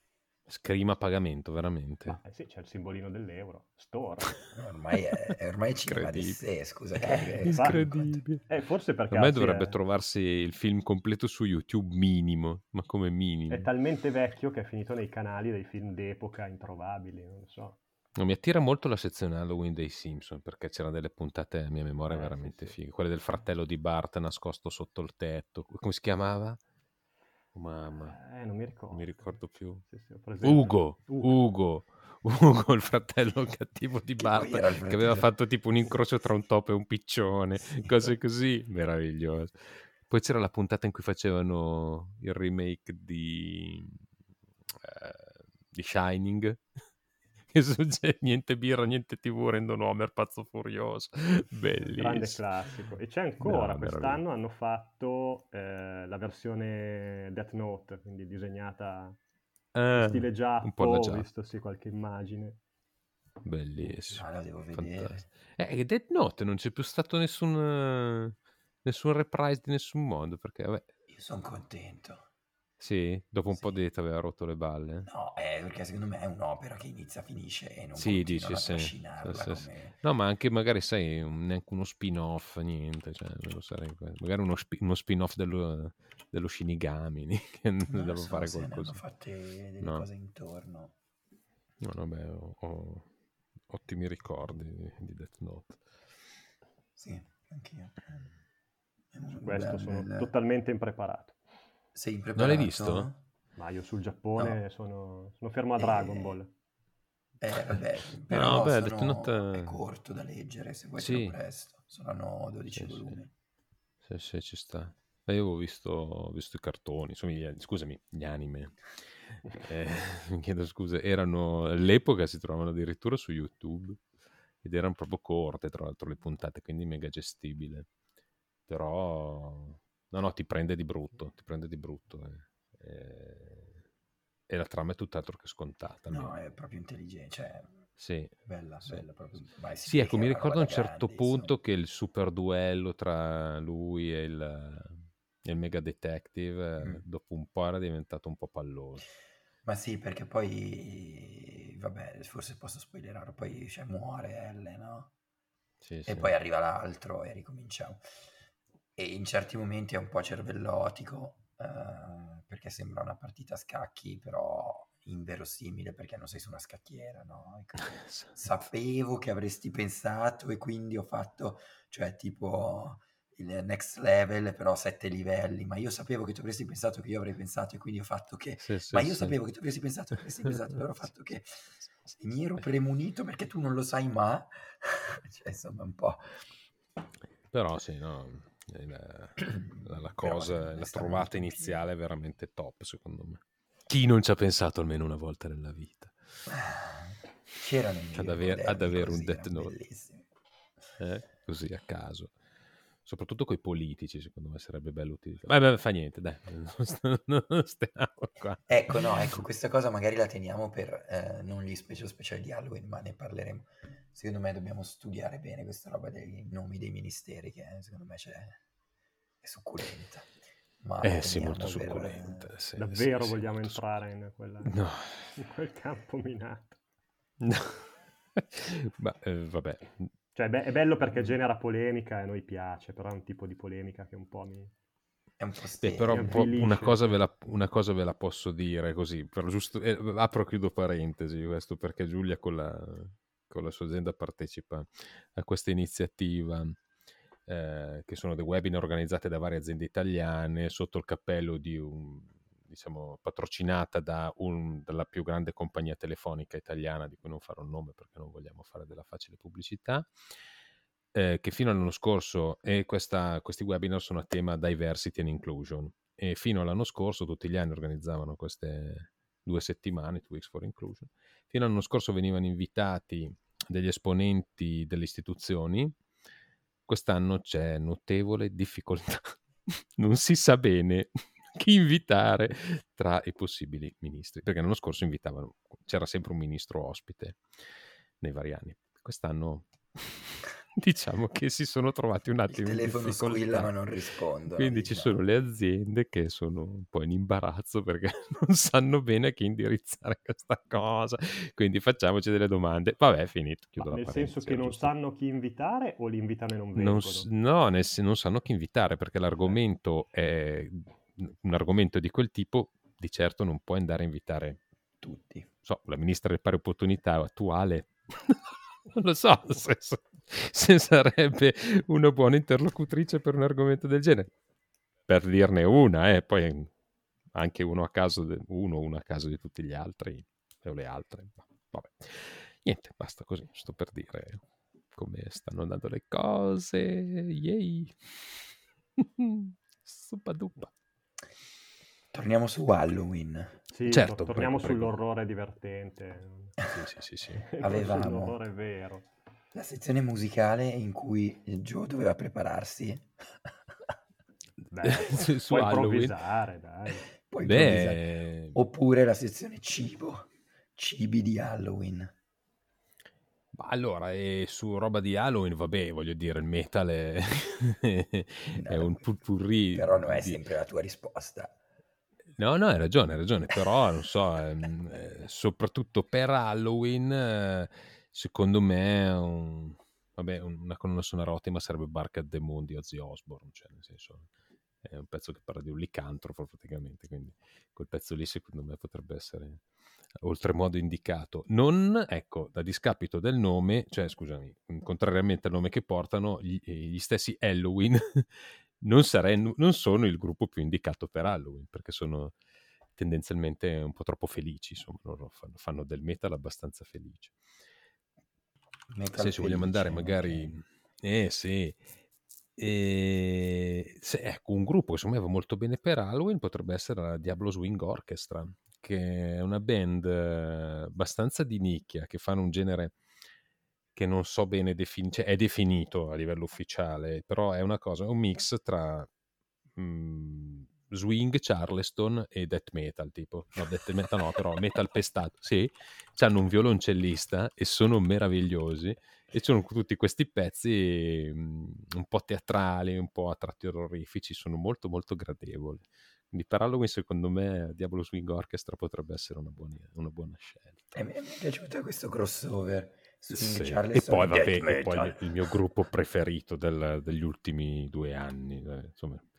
Scream a pagamento, veramente. Ma eh sì, c'è il simbolino dell'euro, store. Ormai è, è ormai cinema di Incredibile. sé, scusa. Che, Eh, che infatti. Incredibile. Eh, forse perché A me sì, dovrebbe è, trovarsi il film completo su YouTube minimo, ma come è minimo. talmente vecchio che è finito nei canali dei film d'epoca introvabili, non lo so. No, mi attira molto la sezione Halloween dei Simpson perché c'erano delle puntate a mia memoria Eh, sì, veramente sì. fighe. Quelle del fratello di Bart nascosto sotto il tetto. Come si chiamava? Oh, mamma, Eh, non mi ricordo. non mi ricordo più. Sì, sì, ho presente. Ugo, Ugo. Ugo, Ugo, il fratello cattivo di Che poi era il Bart, che aveva fratello. fatto tipo un incrocio tra un topo e un piccione, Sì. cose così meravigliose. Poi c'era la puntata in cui facevano il remake di, eh, di Shining, che succede niente birra, niente tivù, rendono Homer pazzo furioso. Grande Bellissimo. classico. E c'è ancora, No, quest'anno meraviglioso. hanno fatto eh, la versione Death Note, quindi disegnata in Ah, stile un po' alla Giappo, ho Giappo. visto sì qualche immagine. Bellissimo. Ah, lo devo vedere. Fantastico. Eh, Death Note non c'è più stato nessun, eh, nessun reprise di nessun modo, perché vabbè, Io sono contento. sì, dopo un po' Sì. di età aveva rotto le balle. No, è perché secondo me è un'opera che inizia, finisce e non Sì, dici, continuano a sì. trascinarla Sì, sì, sì. come... No, ma anche magari, sai, un- neanche uno spin-off, niente, cioè, non lo sarei, magari uno, spi- uno spin-off dello, dello Shinigami, che Non lo devo so fare se ne hanno qualcosa. fatte delle No. cose intorno. No, vabbè, ho, ho ottimi ricordi di, di Death Note. Sì, anch'io. È uno Su dei questo belli, sono il- totalmente impreparato. Sei Non impreparato? l'hai visto? Ma io sul Giappone No. sono, sono fermo a Eh, Dragon Ball. Eh, vabbè, No, però beh, Death sono... Note... è corto da leggere, se vuoi te Sì. lo presto. Saranno dodici Sì, sì. volumi. Sì, sì, ci sta. Eh, Io avevo visto, ho visto i cartoni, insomma, gli- scusami, gli anime. Eh, mi chiedo scusa, erano all'epoca si trovavano addirittura su YouTube ed erano proprio corte, tra l'altro, le puntate, quindi mega gestibile. Però, no, no, ti prende di brutto, ti prende di brutto. eh. Eh, E la trama è tutt'altro che scontata. No, almeno. è proprio intelligente, cioè... Sì, Bella, sì. bella proprio. Vai, si Sì, vede ecco, che mi è una roba ricordo a da un certo grandi, punto insomma. che il super duello tra lui e il, e il Mega Detective, eh, Mm. dopo un po' era diventato un po' palloso. Ma sì, perché poi, vabbè, forse posso spoilerare, poi cioè, muore Elle, no? Sì, E sì. poi arriva l'altro e ricominciamo. E in certi momenti è un po' cervellotico, eh, perché sembra una partita a scacchi, però inverosimile perché non sei su una scacchiera, no? E quindi sapevo che avresti pensato e quindi ho fatto, cioè tipo il next level, però sette livelli, ma io sapevo che tu avresti pensato che io avrei pensato e quindi ho fatto che, Sì, sì, ma io sì. sapevo che tu avresti pensato che avresti pensato, allora ho fatto che e mi ero premunito perché tu non lo sai ma, cioè insomma un po'. Però sì, no, eh, la, la- la Però cosa, secondo me la sta trovata molto in iniziale è piedi. veramente top, secondo me. Chi non ci ha pensato almeno una volta nella vita C'erano i ad, giochi aver- ad moderni avere un così, Death erano Note, bellissimi. eh? Così a caso. Soprattutto coi politici, secondo me sarebbe bello utilizzare. Beh, beh, fa niente, dai, non st- non stiamo qua. Ecco, no, ecco, questa cosa magari la teniamo per eh, non gli special speciali di Halloween, ma ne parleremo. Secondo me dobbiamo studiare bene questa roba dei nomi dei ministeri, che eh, secondo me c'è, è succulenta. Ma la Eh sì, molto teniamo per... succulenta. eh, Sì, Davvero sì, sì, vogliamo molto entrare in, succulenta. quella, No. in quel campo minato? No. Ma eh, vabbè. Cioè, beh, è bello perché genera polemica e a noi piace, però è un tipo di polemica che un po' mi, È un po' Beh, sterile. però mi un po' una, avvilisce. cosa Sì. ve la, una cosa ve la posso dire così, per giusto, eh, apro e chiudo parentesi, questo perché Giulia con la, con la sua azienda partecipa a questa iniziativa, eh, che sono dei webinar organizzati da varie aziende italiane sotto il cappello di un, diciamo, patrocinata da un, dalla più grande compagnia telefonica italiana, di cui non farò il nome perché non vogliamo fare della facile pubblicità. Eh, che fino all'anno scorso, e questa, questi webinar sono a tema diversity and inclusion, e fino all'anno scorso tutti gli anni organizzavano queste due settimane, two weeks for inclusion, fino all'anno scorso venivano invitati degli esponenti delle istituzioni, quest'anno c'è notevole difficoltà, non si sa bene chi invitare tra i possibili ministri, perché l'anno scorso invitavano, c'era sempre un ministro ospite nei vari anni, quest'anno diciamo che si sono trovati un Il attimo in telefono squilla ma difficoltà, non rispondono, quindi ci sono diciamo. le aziende che sono un po' in imbarazzo perché non sanno bene a chi indirizzare questa cosa, quindi facciamoci delle domande. Vabbè, è finito, Ma chiudo la nel parentesi. senso che era non giusto. sanno chi invitare o li invitano e non Non vengono? s- no, nel sen- non sanno chi invitare perché l'argomento è un argomento di quel tipo, di certo non puoi andare a invitare Tutti. so, la ministra delle pari opportunità attuale, non lo so se, se sarebbe una buona interlocutrice per un argomento del genere. Per dirne una, eh, poi anche uno a caso, de, uno una a caso di tutti gli altri, o le altre. Vabbè. Niente, basta così, sto per dire come stanno andando le cose. Yay! Suppadupa. Torniamo su Halloween. Sì, Certo, to- torniamo prego, prego. sull'orrore divertente. Sì, sì, sì, sì. E non Avevamo sull'orrore vero. la sezione musicale in cui Joe doveva prepararsi. Beh, su, su puoi Halloween. improvvisare, dai. Puoi improvvisare. Beh, Oppure la sezione cibo, cibi di Halloween. ma allora, e su roba di Halloween, vabbè, voglio dire, il metal è, è un purpurri Però non è di... sempre la tua risposta. No, no, hai ragione, hai ragione, però, non so, ehm, eh, soprattutto per Halloween, eh, secondo me, un- vabbè, un- una colonna sonora ottima sarebbe Bark at the Moon di Ozzy Osbourne, cioè, nel senso, è un pezzo che parla di un licantropo praticamente, quindi quel pezzo lì secondo me potrebbe essere oltremodo indicato. Non, ecco, da discapito del nome, cioè scusami, contrariamente al nome che portano, gli, gli stessi Halloween non, sarei, non sono il gruppo più indicato per Halloween, perché sono tendenzialmente un po' troppo felici, insomma, loro fanno, fanno del metal abbastanza felice. Metal Se ci vogliamo andare felice, magari... ok. Eh sì, e se, ecco, un gruppo che secondo me va molto bene per Halloween potrebbe essere la Diablo Swing Orchestra, che è una band eh, abbastanza di nicchia, che fanno un genere che non so bene definire, cioè è definito a livello ufficiale, però è una cosa, è un mix tra mh, swing, charleston e death metal, tipo, no, death metal no, però metal pestato, sì, hanno un violoncellista e sono meravigliosi, e ci sono tutti questi pezzi mh, un po' teatrali, un po' a tratti orrorifici, sono molto molto gradevoli. Quindi per Halloween secondo me Diablo Swing Orchestra potrebbe essere una buona, una buona scelta. E mi mi è piaciuto questo crossover. Swing Sì. Charleston E poi e death vabbè, e poi il metal. mio, il mio gruppo preferito del- degli ultimi due anni, eh, insomma,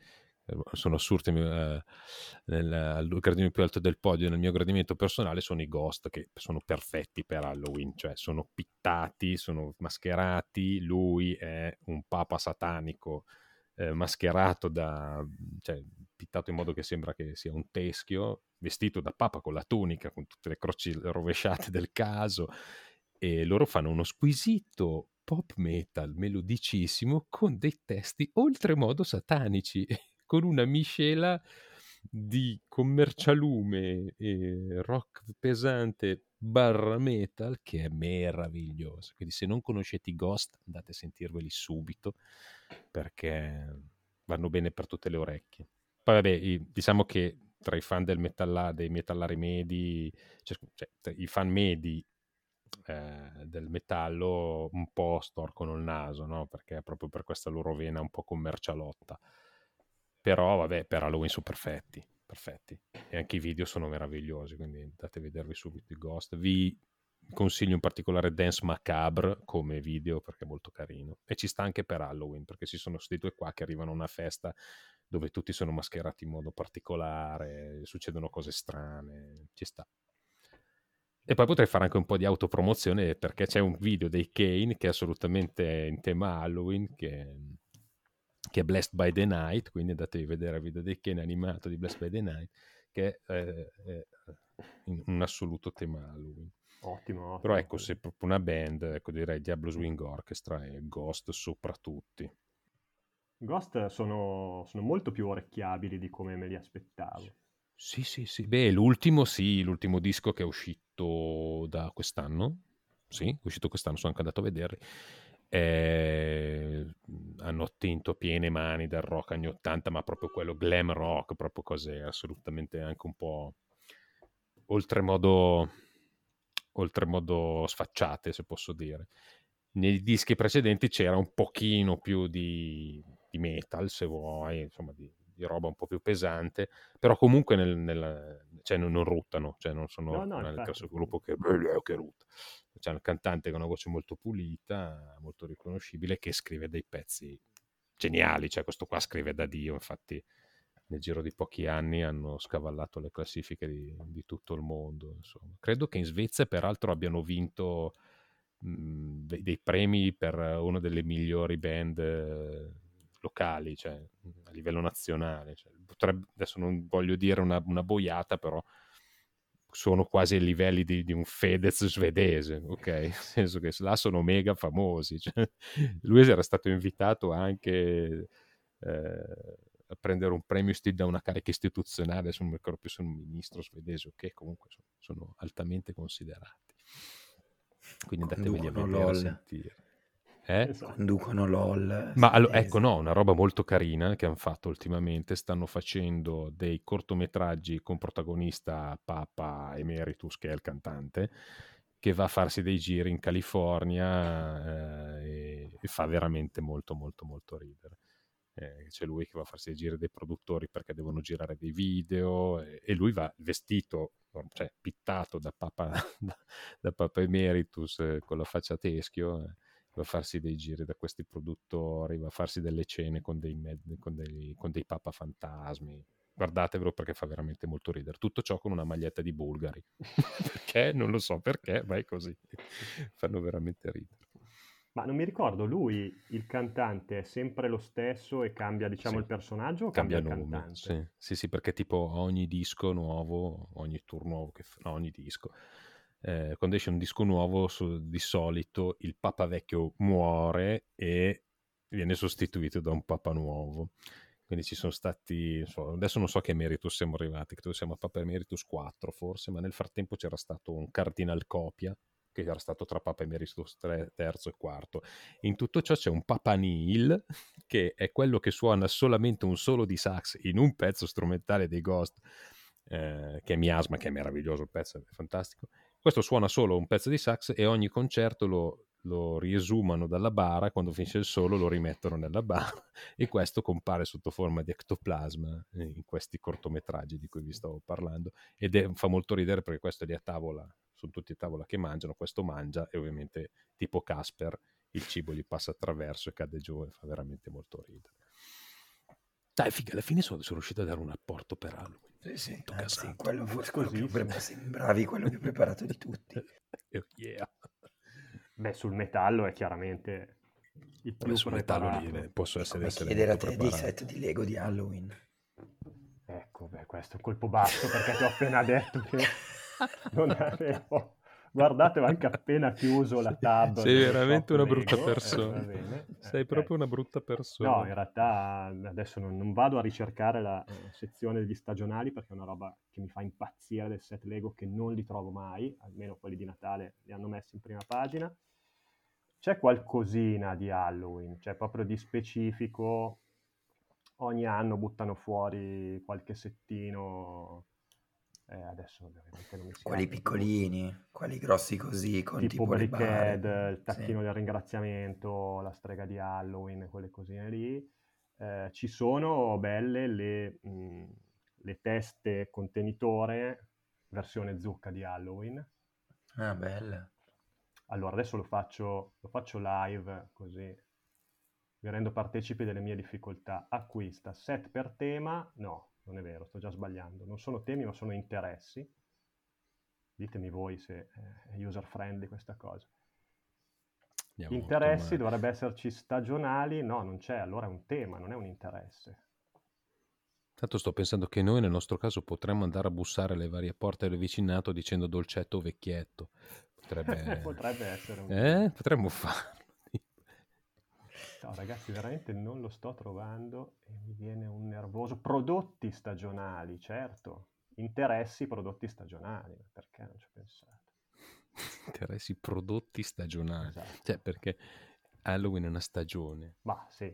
sono assurdi, eh, nel, al gradino più alto del podio nel mio gradimento personale sono i Ghost, che sono perfetti per Halloween, cioè sono pittati, sono mascherati, lui è un papa satanico eh, mascherato da, cioè pittato in modo che sembra che sia un teschio, vestito da papa con la tunica, con tutte le croci rovesciate del caso, e loro fanno uno squisito pop metal melodicissimo con dei testi oltremodo satanici, con una miscela di commercialume e rock pesante barra metal che è meraviglioso. Quindi se non conoscete i Ghost andate a sentirveli subito, perché vanno bene per tutte le orecchie. Poi vabbè, i- diciamo che tra i fan del metalla, dei metallari medi, cioè, cioè, tra i fan medi eh, del metallo un po' storcono il naso, no? Perché proprio per questa loro vena un po' commercialotta. Però vabbè, per Halloween sono perfetti, perfetti. E anche i video sono meravigliosi, quindi andate a vedervi subito i Ghost. Vi consiglio in particolare Dance Macabre come video perché è molto carino. E ci sta anche per Halloween, perché ci sono questi due qua che arrivano a una festa dove tutti sono mascherati in modo particolare, succedono cose strane, ci sta. E poi potrei fare anche un po' di autopromozione perché c'è un video dei Kane che è assolutamente in tema Halloween, che, che è Blessed by the Night, quindi andatevi a vedere il video dei Kane animato di Blessed by the Night, che è, è in un assoluto tema Halloween. Ottimo, Però ottimo. ecco, se proprio una band, ecco, direi Diablo Swing Orchestra e Ghost sopra tutti. Ghost sono, sono molto più orecchiabili di come me li aspettavo. Sì, sì, sì. Beh, l'ultimo sì, l'ultimo disco che è uscito da quest'anno. Sì, è uscito quest'anno, sono anche andato a vedere. Eh, hanno attinto piene mani dal rock anni ottanta, ma proprio quello glam rock, proprio cose assolutamente anche un po' oltremodo, oltremodo sfacciate, se posso dire. Nei dischi precedenti c'era un pochino più di, di metal, se vuoi, insomma, di, di roba un po' più pesante, però comunque nel, nel, cioè non, non ruttano, cioè non sono No, no, nel infatti. classico gruppo che, che rutta. C'è un cantante con una voce molto pulita, molto riconoscibile, che scrive dei pezzi geniali, cioè questo qua scrive da Dio, infatti nel giro di pochi anni hanno scavallato le classifiche di, di tutto il mondo, insomma. Credo che in Svezia peraltro abbiano vinto mh, dei, dei premi per una delle migliori band eh, locali, cioè a livello nazionale. Cioè, potrebbe, adesso non voglio dire una, una boiata, però sono quasi ai livelli di, di un Fedez svedese, ok? Nel senso che là sono mega famosi. Cioè, lui era stato invitato anche eh, a prendere un premio da una carica istituzionale, adesso non mi ricordo più se è un ministro svedese, ok? Comunque sono, sono altamente considerati. Quindi andateveli a Conducono vedere, a LOL. sentire. Eh? Esatto. Conducono LOL Ma allo- ecco, svedese. no, una roba molto carina che hanno fatto ultimamente, stanno facendo dei cortometraggi con protagonista Papa Emeritus, che è il cantante, che va a farsi dei giri in California eh, e, e fa veramente molto, molto, molto ridere. Eh, c'è lui che va a farsi dei giri dei produttori perché devono girare dei video e, e lui va vestito, cioè pittato da Papa, da, da Papa Emeritus eh, con la faccia a teschio. Eh va a farsi dei giri da questi produttori, va a farsi delle cene con dei, med- con dei, con dei papa fantasmi. Guardatevelo perché fa veramente molto ridere. Tutto ciò con una maglietta di Bulgari. Perché? Non lo so perché, ma è così. Fanno veramente ridere. Ma non mi ricordo, lui, il cantante, è sempre lo stesso e cambia, diciamo, Sì. il personaggio o Cambia cambia il nome, cantante? sì. Sì, sì, perché tipo ogni disco nuovo, ogni tour nuovo, che fa, no, ogni disco, eh, quando esce un disco nuovo, su, di solito il papa vecchio muore e viene sostituito da un papa nuovo. Quindi ci sono stati, non so, adesso non so che emeritus siamo arrivati, credo siamo a Papa Emeritus quattro forse, ma nel frattempo c'era stato un Cardinal Copia, che era stato tra Papa Emeritus tre, terzo e quarto. In tutto ciò c'è un Papa Nihil, che è quello che suona solamente un solo di sax in un pezzo strumentale dei Ghost, eh, che è Miasma, che è meraviglioso il pezzo, è fantastico. Questo suona solo un pezzo di sax e ogni concerto lo, lo riesumano dalla bara, quando finisce il solo lo rimettono nella bara e questo compare sotto forma di ectoplasma in questi cortometraggi di cui vi stavo parlando ed è, fa molto ridere perché questo è lì a tavola, sono tutti a tavola che mangiano, questo mangia e ovviamente tipo Casper il cibo gli passa attraverso e cade giù e fa veramente molto ridere. Dai, figa, alla fine sono, sono riuscito a dare un apporto per Halloween. Sì, sì, Tutto anzi, casato. quello forse quello più Così, pre- sì. sembravi quello più preparato di tutti. Oh, yeah. Beh, sul metallo è chiaramente il Vabbè, più sul metallo lì preparato. eh, posso È essere, come essere chiedere a molto te dei preparato. set di Lego di Halloween. Ecco, beh, questo è un colpo basso perché ti ho appena detto che non avevo... Guardate, ho anche appena chiuso la tab Sei dello veramente shop una brutta Lego, eh, persona. va bene, eh, Sei ok. proprio una brutta No, persona. in realtà adesso non, non vado a ricercare la eh, sezione degli stagionali perché è una roba che mi fa impazzire del set Lego che non li trovo mai, almeno quelli di Natale li hanno messi in prima pagina. C'è qualcosina di Halloween, cioè proprio di specifico, ogni anno buttano fuori qualche settino, eh, adesso ovviamente non mi si Quelli ricorda più, piccolini, quelli grossi così, con tipo tipo le bare. Brickhead, il tacchino Sì. del ringraziamento, la strega di Halloween, quelle cosine lì. Eh, ci sono belle le, mh, le teste contenitore, versione zucca di Halloween. Ah, bella. Allora, adesso lo faccio, lo faccio live, così vi rendo partecipi delle mie difficoltà. Acquista set per tema. No, non è vero, sto già sbagliando. Non sono temi, ma sono interessi. Ditemi voi se è user friendly questa cosa. Andiamo Interessi, molto male. dovrebbe esserci stagionali. No, non c'è, allora è un tema, non è un interesse. Tanto sto pensando che noi nel nostro caso potremmo andare a bussare alle varie porte del vicinato dicendo dolcetto o vecchietto. Potrebbe, Potrebbe essere un eh? tema. Potremmo farlo. No, ragazzi, veramente non lo sto trovando e mi viene un nervoso. Prodotti stagionali, certo. Interessi, prodotti stagionali. Perché non ci ho pensato? Interessi prodotti stagionali. Esatto. Cioè, perché Halloween è una stagione. Ma sì.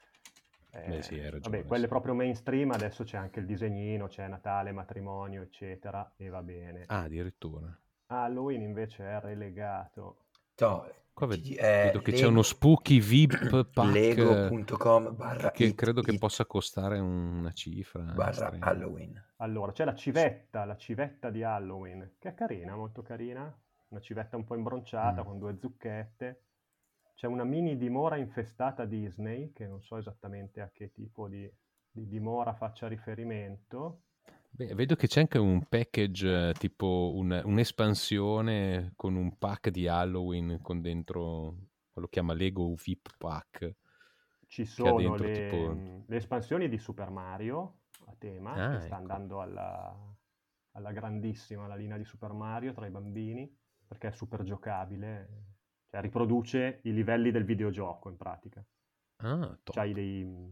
Eh, Beh, sì, hai ragione, vabbè, quelle sì. proprio mainstream, adesso c'è anche il disegnino, c'è Natale, matrimonio, eccetera, e va bene. Ah, addirittura. Halloween invece è relegato. No, Qua ti ved- di- eh, vedo che c'è Lego- uno spooky V I P pack Lego.com barra che it, credo che it possa costare una cifra barra estrema. Halloween. Allora, c'è la civetta, la civetta di Halloween, che è carina, molto carina. Una civetta un po' imbronciata, Mm. con due zucchette. C'è una mini dimora infestata Disney, che non so esattamente a che tipo di, di dimora faccia riferimento. Beh, vedo che c'è anche un package, eh, tipo un- un'espansione con un pack di Halloween con dentro, lo chiama Lego V I P pack, Ci che ha sono dentro le, tipo... le espansioni di Super Mario a tema, che Ah, sta ecco. andando alla, alla grandissima la linea di Super Mario tra i bambini, perché è super giocabile, cioè riproduce i livelli del videogioco in pratica. Ah, top. C'hai dei mm,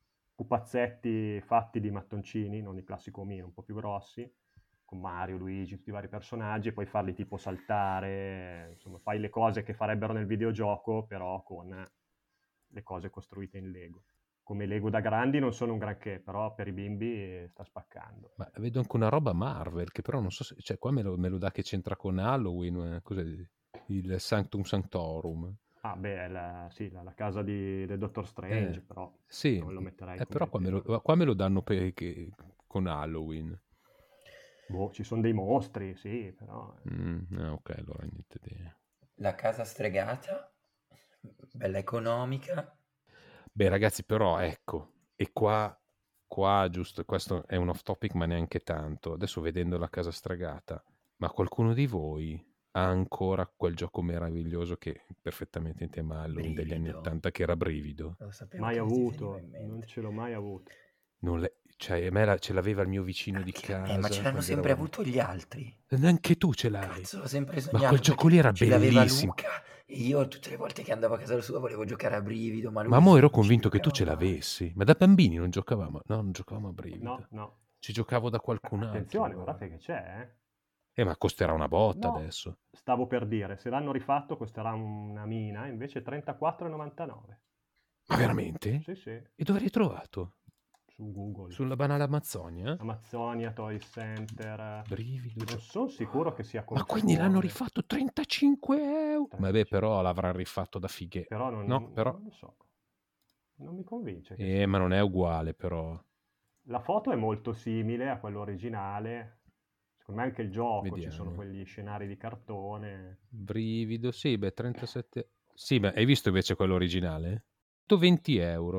pupazzetti fatti di mattoncini, non il classico omino, un po' più grossi, con Mario, Luigi, tutti i vari personaggi, e puoi farli tipo saltare, insomma, fai le cose che farebbero nel videogioco, però con le cose costruite in Lego. Come Lego da grandi non sono un granché, però per i bimbi sta spaccando. Ma vedo anche una roba Marvel, che però non so se... Cioè, qua me lo, me lo dà che c'entra con Halloween, eh, cos'è? Il Sanctum Sanctorum. Ah, beh, è la, sì, la, la casa di, del Dottor Strange, Eh, però sì, non lo metterei eh, come però qua me, tema. lo, qua me lo danno per, che- con Halloween. Boh, ci sono dei mostri, sì, però... Mm, ah, ok, allora niente di... La casa stregata, bella economica. Beh, ragazzi, però ecco, e qua, qua giusto, questo è un off topic, ma neanche tanto. Adesso vedendo la casa stregata, ma qualcuno di voi ha ancora quel gioco meraviglioso che è perfettamente in tema Halloween degli anni Brivido. ottanta, che era Brivido? Lo sapevo Mai che mi ti veniva avuto, in non mente. ce l'ho mai avuto. Non le- cioè, a me la- ce l'aveva il mio vicino di Anche a casa. me, ma ce l'hanno quando sempre eravamo- avuto gli altri. Neanche tu ce l'hai. Cazzo, l'ho sempre Ma sognato quel gioco perché lì era ce l'aveva bellissimo. Luca e io tutte le volte che andavo a casa sua volevo giocare a Brivido, ma lui Ma mo ero non ci convinto che tu ce giocava mai. l'avessi. Ma da bambini non giocavamo. No, non giocavamo a Brivido. No, no. Ci giocavo da qualcun altro. Attenzione, allora. guardate che c'è, eh. Eh, ma costerà una botta No, adesso. stavo per dire, se l'hanno rifatto costerà una mina, invece trentaquattro e novantanove. Ma veramente? Sì, sì, E dove l'hai trovato? su Google. Sulla banale Amazzonia? Amazzonia, Toy Center. Brivido. Non gio- sono sicuro che sia con Ma quindi l'hanno cuore. rifatto trentacinque euro? Vabbè, però l'avrà rifatto da fighe. Però non, No, però... non lo so. Non mi convince che Eh, sia. ma non è uguale, però. La foto è molto simile a quello originale. Secondo me anche il gioco, ci sono Vediamo. quegli scenari di cartone. Brivido, sì, beh, trentasette... Sì, beh, hai visto invece quello originale? venti euro.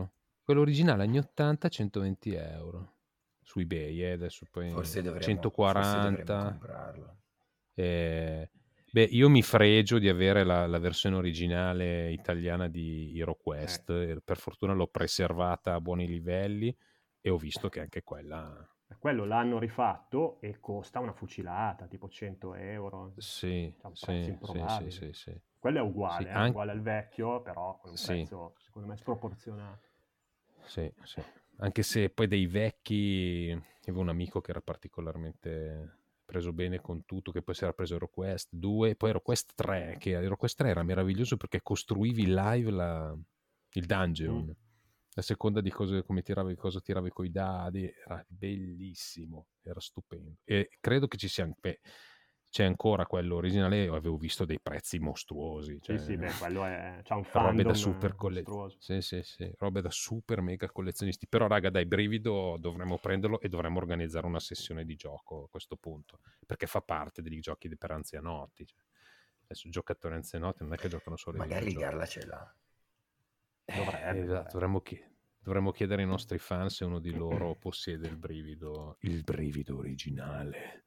quello originale anni ottanta, centoventi euro su eBay, eh, adesso poi Forse dovremmo, forse dovremmo centoquaranta. comprarlo. Eh, beh, io mi fregio di avere la, la versione originale italiana di HeroQuest, eh. Per fortuna l'ho preservata a buoni livelli e ho visto che anche quella... Quello l'hanno rifatto e costa una fucilata, tipo cento euro. Sì, C'ha un sì, prezzo sì, improbabile. sì, sì, sì. Quello è uguale, Sì, eh, an- uguale al vecchio, però con un sì, prezzo secondo me sproporzionato. sì, sì. Anche se poi dei vecchi, avevo un amico che era particolarmente preso bene con tutto, che poi si era preso HeroQuest due, poi HeroQuest tre, che HeroQuest tre era meraviglioso perché costruivi live la, il dungeon, Mm. a seconda di cosa, come tiravi, cosa tiravi coi dadi, era bellissimo, era stupendo. E credo che ci sia, beh, c'è ancora quello originale, avevo visto dei prezzi mostruosi, cioè, Sì, sì, beh, quello è... c'ha un robe da fandom super eh, colle- mostruoso. sì, sì, sì, robe da super mega collezionisti. Però, raga, dai, brivido dovremmo prenderlo e dovremmo organizzare una sessione di gioco a questo punto, perché fa parte degli giochi per anzianotti. Cioè. Adesso giocatori anzianotti non è che giocano solo ai Magari il videogiochi. Garla ce l'ha. Eh, Dovrebbe, esatto, dovrebbe. dovremmo, chi- dovremmo chiedere ai nostri fan se uno di loro possiede il brivido, il brivido originale.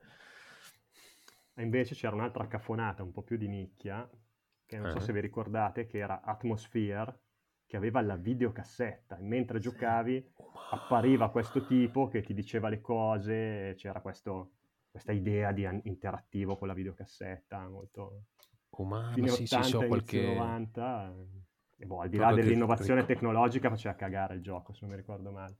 E invece c'era un'altra cafonata un po' più di nicchia, che non so Eh? se vi ricordate, che era Atmosphere, che aveva la videocassetta, e mentre Sì. giocavi appariva questo tipo che ti diceva le cose, c'era questo, questa idea di an- interattivo con la videocassetta, molto Oh mamma, fine sì, sì, sì, ho ottanta, inizio qualche... novanta, e boh, al di là proprio che dell'innovazione ric- tecnologica faceva cagare il gioco, se non mi ricordo male.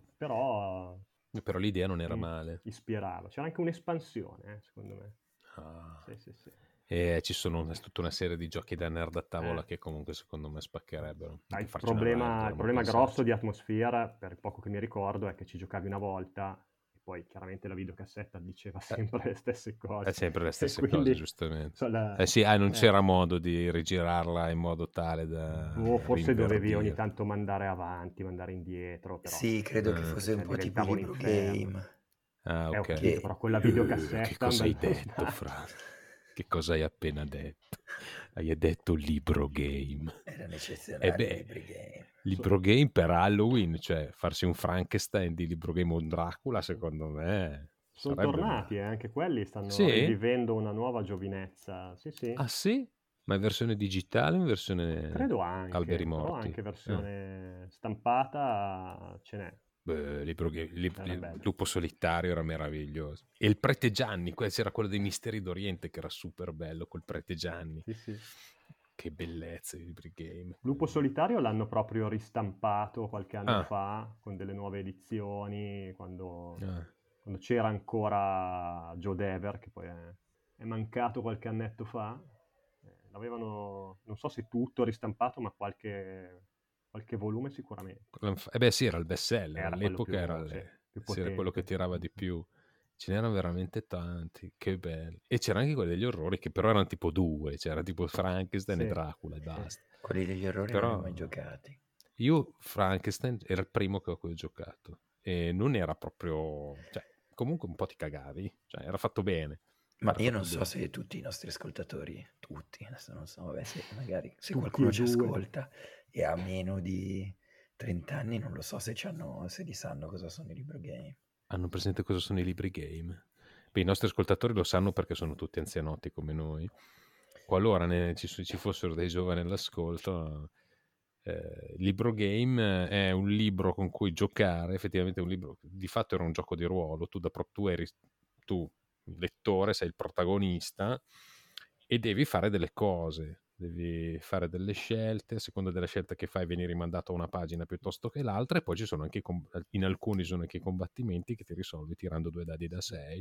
Però Però l'idea non era mm, male. ispirava. C'era anche un'espansione, eh, secondo me. Ah. Sì, sì, sì. E ci sono una- tutta una serie di giochi da nerd a tavola Eh. che comunque secondo me spaccherebbero. Ah, Anche il farci una live, problema, il dovremmo problema pensarci. grosso di Atmosphere, per il poco che mi ricordo, è che ci giocavi una volta e poi chiaramente la videocassetta diceva sempre le stesse È cose. sempre le E stesse quindi, cose, giustamente. so, la- Eh sì, ah, non eh, c'era modo di rigirarla in modo tale da o forse dovevi ogni rinverdire. tanto mandare avanti, mandare indietro, però Sì, credo che Eh. fosse un cioè, po' tipo diventava un libro inferno. game. Ah, Eh, ho ok. capito, però Che con la Uh, videocassetta che cosa un hai bel detto, sbaglio. Fra? Che cosa hai appena detto? Hai detto libro game. erano E eccezionali i beh, libri game. libro game per Halloween, cioè farsi un Frankenstein di libro game o un Dracula, secondo me Sono sarebbe una... tornati, eh, anche quelli stanno Sì? rivivendo una nuova giovinezza. Sì, sì. Ah sì? Ma in versione digitale o in versione Credo alberi anche, però morti? anche Ah. versione stampata ce n'è. Beh, libro game- lib- Era il bello. lupo solitario era meraviglioso. E il prete Gianni, que- c'era quello dei misteri d'Oriente che era super bello, col prete Gianni. Sì, sì. Che bellezza i libri game. Lupo Solitario l'hanno proprio ristampato qualche anno Ah, fa con delle nuove edizioni, quando, ah. quando c'era ancora Joe Dever, che poi è, è mancato qualche annetto fa. Eh, l'avevano, non so se tutto ristampato, ma qualche, qualche volume sicuramente. Eh beh sì, era il best seller, Era quello all'epoca era, più, sì, le- più sì, era quello che potente. tirava di più. Ce n'erano veramente tanti, che belli. E c'erano anche quelli degli orrori che però erano tipo due, c'era tipo Frankenstein e Sì, Dracula e sì. basta. Quelli degli orrori non li ho mai Però giocati. io Frankenstein era il primo che ho cui ho giocato e non era proprio, cioè comunque un po' ti cagavi, cioè era fatto bene. Ma Era io non fatto so bene. se tutti i nostri ascoltatori, tutti, adesso non so, vabbè, se magari se Tutti qualcuno e ci due. ascolta e ha meno di trenta anni, non lo so se, c'hanno, se li sanno cosa sono i libro game. Hanno presente cosa sono i libri game? Beh, i nostri ascoltatori lo sanno perché sono tutti anzianotti come noi. Qualora ne, ci, ci fossero dei giovani all'ascolto, eh, il libro game è un libro con cui giocare, effettivamente è un libro, di fatto era un gioco di ruolo, tu, da, tu eri tu, lettore, sei il protagonista e devi fare delle cose, devi fare delle scelte, a seconda della scelta che fai vieni rimandato a una pagina piuttosto che l'altra e poi ci sono anche, in alcuni sono anche i combattimenti che ti risolvi tirando due dadi da sei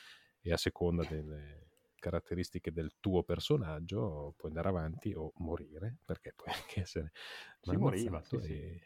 e a seconda delle caratteristiche del tuo personaggio puoi andare avanti o morire, perché puoi anche essere Si moriva, ammazzato sì, sì. e,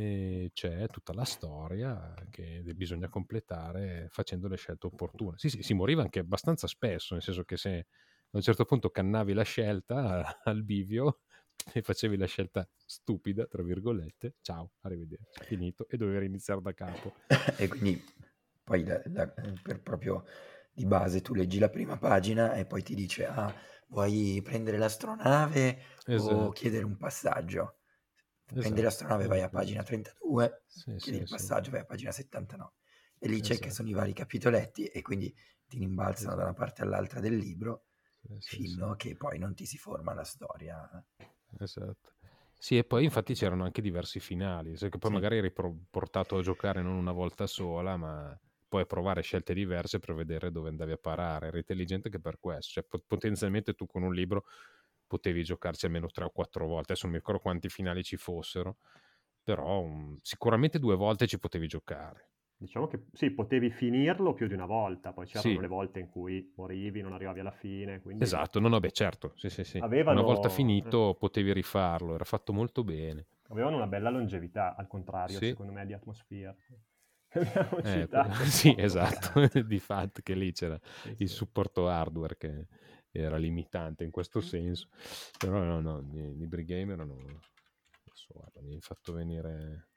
e c'è tutta la storia che bisogna completare facendo le scelte opportune. Sì, sì, si moriva anche abbastanza spesso, nel senso che se a un certo punto cannavi la scelta al bivio e facevi la scelta stupida, tra virgolette, ciao, arrivederci, finito, e dovevi iniziare da capo. E quindi poi da, da, per proprio di base tu leggi la prima pagina e poi ti dice, ah, vuoi prendere l'astronave Esatto. o chiedere un passaggio? Prendi Esatto. l'astronave, vai a Proprio pagina così. trentadue, Sì, chiedi sì, il sì. passaggio, vai a pagina settantanove. E lì c'è che Esatto, sono i vari capitoletti e quindi ti rimbalzano da una esatto. parte all'altra del libro Sì, sì, sì. fino a che poi non ti si forma la storia. Esatto. Sì, e poi infatti c'erano anche diversi finali, se che poi Sì. magari eri pro- portato a giocare non una volta sola, ma poi a provare scelte diverse per vedere dove andavi a parare. Era intelligente che per questo, cioè po- potenzialmente tu con un libro potevi giocarci almeno tre o quattro volte, adesso non mi ricordo quanti finali ci fossero, però um, sicuramente due volte ci potevi giocare. Diciamo che sì, potevi finirlo più di una volta, poi c'erano Sì, le volte in cui morivi, non arrivavi alla fine, quindi esatto, no, no, beh, certo, sì, sì, sì. Una avevano, volta eh, finito potevi rifarlo, era fatto molto bene. avevano una bella longevità, al contrario, Sì. secondo me, di Atmosphere. Abbiamo Eh, que- citato sì, poco esatto, Esatto. di fatto che lì c'era Sì, il sì. supporto hardware che era limitante in questo senso, però no, no, i libri game erano, adesso guarda, mi hai fatto venire,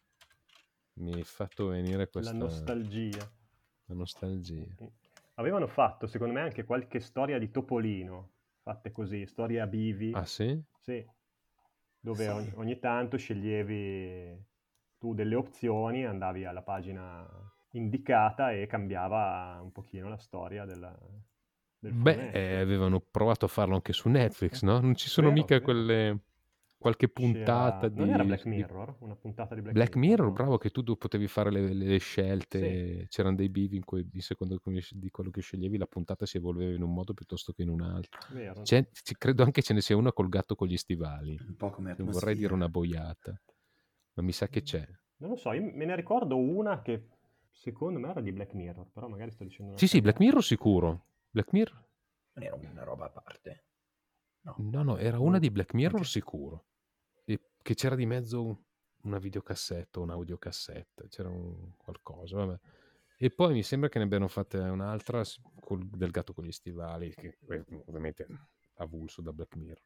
mi hai fatto venire La questa nostalgia. la nostalgia. Mm. Avevano fatto, secondo me, anche qualche storia di Topolino, fatte così, storie a bivi, Ah sì? sì, dove Sì. ogni, ogni tanto sceglievi tu delle opzioni, andavi alla pagina indicata e cambiava un pochino la storia della- del Beh, fumetto. eh, avevano provato a farlo anche su Netflix, no? Non ci sono Vero, mica vero. quelle qualche puntata C'era... Non era di, Black di Mirror? Una puntata di Black Black Mirror? Mirror, No. bravo, che tu do- potevi fare le, le Sì, scelte, c'erano dei bivi in cui, di secondo come- di quello che sceglievi, la puntata si evolveva in un modo piuttosto che in un altro. vero. C'è- ci- credo anche ce ne sia una col gatto con gli stivali. Un po' come Non vorrei dire Atmosphere. una boiata, ma mi sa che c'è. Non lo so, io me ne ricordo una che secondo me era di Black Mirror, però magari sto dicendo una Sì, sì, Black cagata. Mirror sicuro. Black Mirror? Non era una roba a parte. No. No, no, era una di Black Mirror sicuro. E che c'era di mezzo un- una videocassetta o un audiocassetta, c'era un qualcosa, vabbè. E poi mi sembra che ne abbiano fatte un'altra s- col- del gatto con gli stivali, che eh, ovviamente avulso da Black Mirror.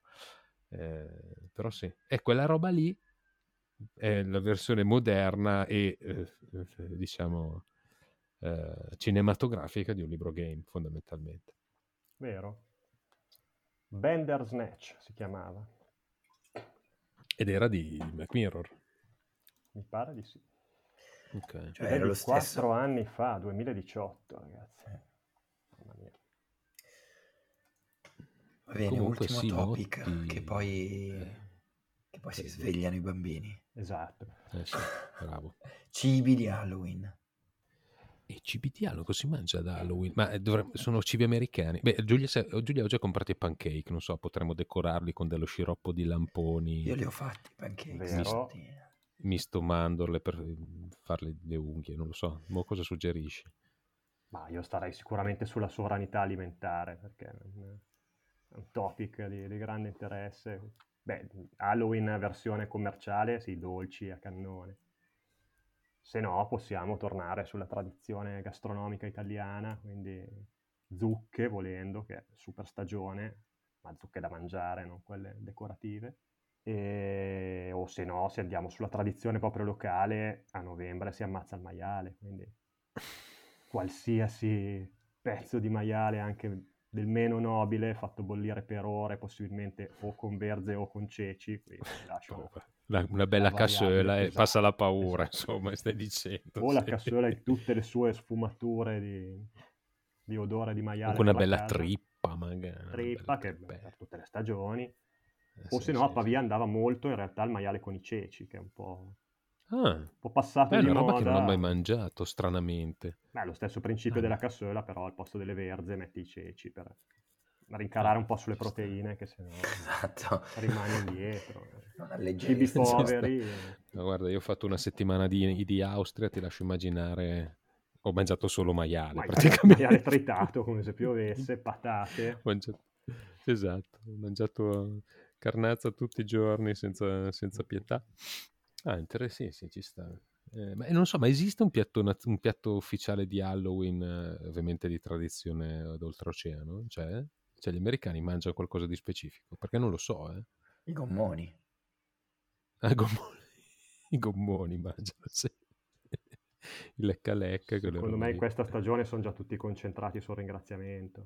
Eh, però sì, è quella roba lì, è la versione moderna e eh, eh, diciamo eh, cinematografica di un libro game, fondamentalmente. Vero? Bandersnatch si chiamava. Ed era di Black Mirror. Mi pare di sì. Ok. Cioè Ed è era lo di quattro stesso. anni fa, duemiladiciotto, ragazzi. Mamma mia. Va bene, Comunque ultimo sì, topic, Motti... che poi, eh, che poi si prego. svegliano i bambini. Esatto. Eh sì, bravo. Cibi di Halloween. E cibi di Halloween, cosa si mangia da Halloween? Ma eh, dovre- sono cibi americani. Beh, Giulia, se- Giulia ha già comprato i pancake, non so, potremmo decorarli con dello sciroppo di lamponi, Io li ho fatti i pancake Vero. stamattina. misto mandorle per farle le unghie, non lo so. Mo cosa suggerisci? Ma io starei sicuramente sulla sovranità alimentare, perché è un, è un topic di, di grande interesse. Beh, Halloween versione commerciale, sì, dolci a cannone. Se no, possiamo tornare sulla tradizione gastronomica italiana, quindi zucche, volendo, che è super stagione, ma zucche da mangiare, non quelle decorative. E... O se no, se andiamo sulla tradizione proprio locale, a novembre si ammazza il maiale, quindi qualsiasi pezzo di maiale, anche del meno nobile, fatto bollire per ore, possibilmente o con verze o con ceci, quindi vi lascio una, Una, una la bella variabile, cassola e esatto, passa la paura, esatto. insomma, stai dicendo. O la sì. cassola in tutte le sue sfumature di, di odore di maiale Anche una per la bella casa, trippa, magari. Una bella trippa, che trippa. per tutte le stagioni, Eh, o sì, se no a sì, Pavia sì. andava molto in realtà il maiale con i ceci, che è un po', Ah, un po' passato è di una roba che non ho mai moda. mangiato, stranamente. Beh, lo stesso principio Ah, della no. cassola, però al posto delle verze metti i ceci per rincarare Ah, un po' sulle ci sta. proteine, che sennò Esatto. rimani indietro. Non Cibi alleggerire. Ci sta. poveri. Ma guarda, io ho fatto una settimana di, di Austria, ti lascio immaginare, ho mangiato solo maiale, Maiale, praticamente. maiale tritato come se piovesse, patate. Ho mangiato- Esatto, ho mangiato carnazza tutti i giorni senza, senza pietà. Ah, interessante, sì, ci sta. Eh, ma non so, ma esiste un piatto, naz- un piatto ufficiale di Halloween, eh, ovviamente di tradizione d'oltreoceano? Cioè, cioè, gli americani mangiano qualcosa di specifico? Perché non lo so, eh. I gommoni. Ah, i gommoni, i gommoni mangiano, sì. Il lecca lecca, quelle Secondo robe me in lì. questa stagione sono già tutti concentrati sul ringraziamento.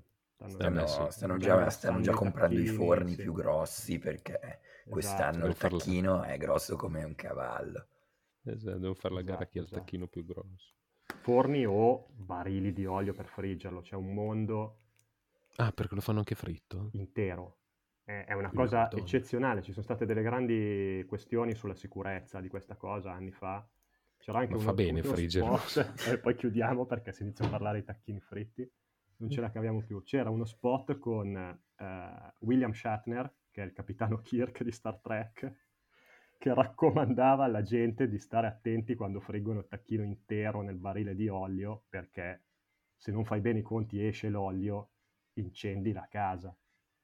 stanno, Eh beh, Stanno, sì. stanno già già, stanno abbassando già i comprando i tacchini, forni sì. più grossi perché quest'anno Esatto, Devo il farla, tacchino è grosso come un cavallo. esatto, devo fare la gara a chi ha esatto, il esatto. tacchino più grosso. Forni o barili di olio per friggerlo, c'è un mondo Ah, perché lo fanno anche fritto? intero. È, è una La cosa Madonna. eccezionale, ci sono state delle grandi questioni sulla sicurezza di questa cosa anni fa. C'era anche Ma fa uno, bene uno friggerlo. spot, e poi chiudiamo perché se inizio a parlare di tacchini fritti non ce la caviamo più. C'era uno spot con eh, William Shatner, che è il capitano Kirk di Star Trek, che raccomandava alla gente di stare attenti quando friggono il tacchino intero nel barile di olio, perché se non fai bene i conti esce l'olio, incendi la casa.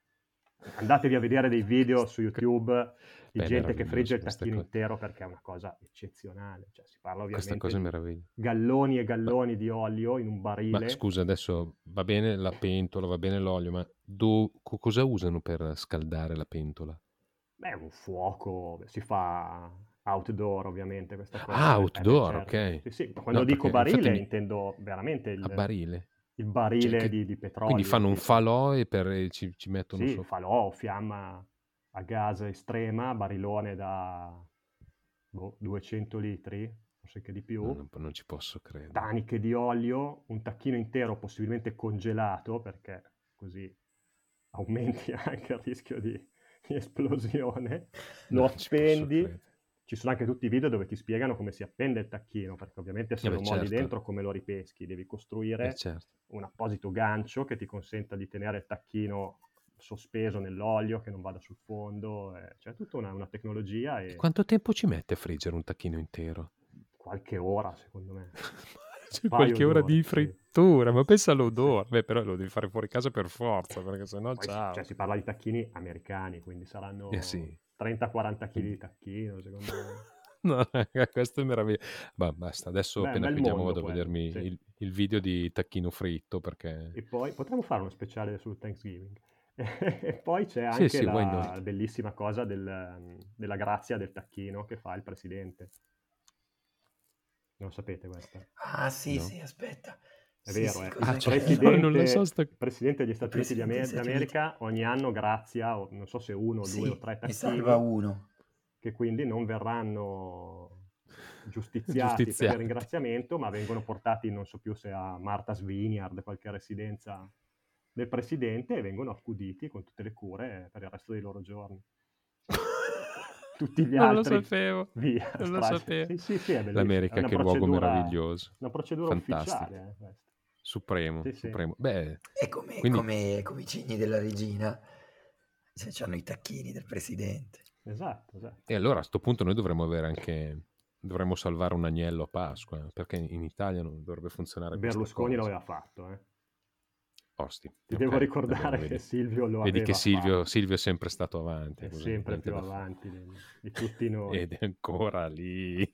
Andatevi a vedere dei video su YouTube di Beh, è gente che frigge meraviglioso il questa tacchino cosa. intero perché è una cosa eccezionale. Cioè, si parla Questa ovviamente cosa è di meravigliosa. galloni e Ma, galloni di olio in un ma barile. scusa, adesso va bene la pentola, va bene l'olio, ma do- co- cosa usano per scaldare la pentola? Beh, un fuoco, si fa outdoor ovviamente questa Ah, cosa. Eh beh, outdoor, certo. ok. Sì, sì. Quando No, dico perché infatti barile mi... intendo veramente a il, barile. il Cioè, barile che... di, di Quindi petrolio, fanno un capito? falò e per... e ci, ci mettono Sì, sopra. falò o fiamma a gas estrema, barilone da boh, duecento litri, forse che di più, No, non, non ci posso credere. taniche di olio, un tacchino intero possibilmente congelato, perché così aumenti anche il rischio di, di esplosione, lo Non ci posso appendi. credere. Ci sono anche tutti i video dove ti spiegano come si appende il tacchino, perché ovviamente se Eh beh, lo molli certo. dentro come lo ripeschi, devi Eh, costruire certo. un apposito gancio che ti consenta di tenere il tacchino sospeso nell'olio, che non vada sul fondo, eh, c'è tutta una, una tecnologia E e quanto tempo ci mette a friggere un tacchino intero? qualche ora secondo me, C'è un paio qualche ora d'ore, di sì. frittura, ma pensa Sì. all'odore. Beh, però lo devi fare fuori casa per forza, perché sennò Poi si, ciao. cioè, si parla di tacchini americani, quindi saranno Eh sì. trenta quaranta kg Quindi... di tacchino, secondo me. No, raga, questo è meraviglioso. Ma basta, adesso Beh, è un appena bel chiudiamo mondo vado a quello, vedermi sì. il, il video di tacchino fritto, perché... E poi potremmo fare uno speciale sul Thanksgiving. E poi c'è Sì, anche sì, why la not? bellissima cosa del- della grazia del tacchino che fa il presidente. Non lo sapete questa? Ah, sì, No? sì, aspetta. È Sì, vero, sì, eh. cos'è Ah, Il che cioè, era? no, non lo so. presidente, Sta... il presidente degli Il Stati Uniti presidente degli d'Amer- Stati Uniti. d'America ogni anno grazia, o non so se uno, due o Sì, tre ne salva tacchini, uno. che quindi non verranno giustiziati per il Giustiziati. ringraziamento, ma vengono portati, non so più se a Martha's Vineyard, qualche residenza del presidente, e vengono accuditi con tutte le cure per il resto dei loro giorni. Tutti gli Non lo altri, sapevo. via, Non lo strage. sapevo. Sì, sì, sì, è bellissimo. È L'America, una che luogo procedura, meraviglioso. una procedura Fantastico. ufficiale, eh, questa. Supremo, Sì, sì. supremo. Beh, È come, quindi... come, come i cigni della regina. Cioè, c'hanno i tacchini del presidente. Esatto, esatto. E allora a sto punto noi dovremmo avere anche... Dovremmo salvare un agnello a Pasqua, perché in Italia non dovrebbe funzionare questa Berlusconi cosa. l'aveva fatto, eh. Osti. Ti Ok, devo ricordare allora che vedi. Silvio lo Vedi che aveva Silvio, fatto. Silvio è sempre stato avanti. È così, sempre niente più da fare. avanti di, di tutti noi. Ed è ancora lì.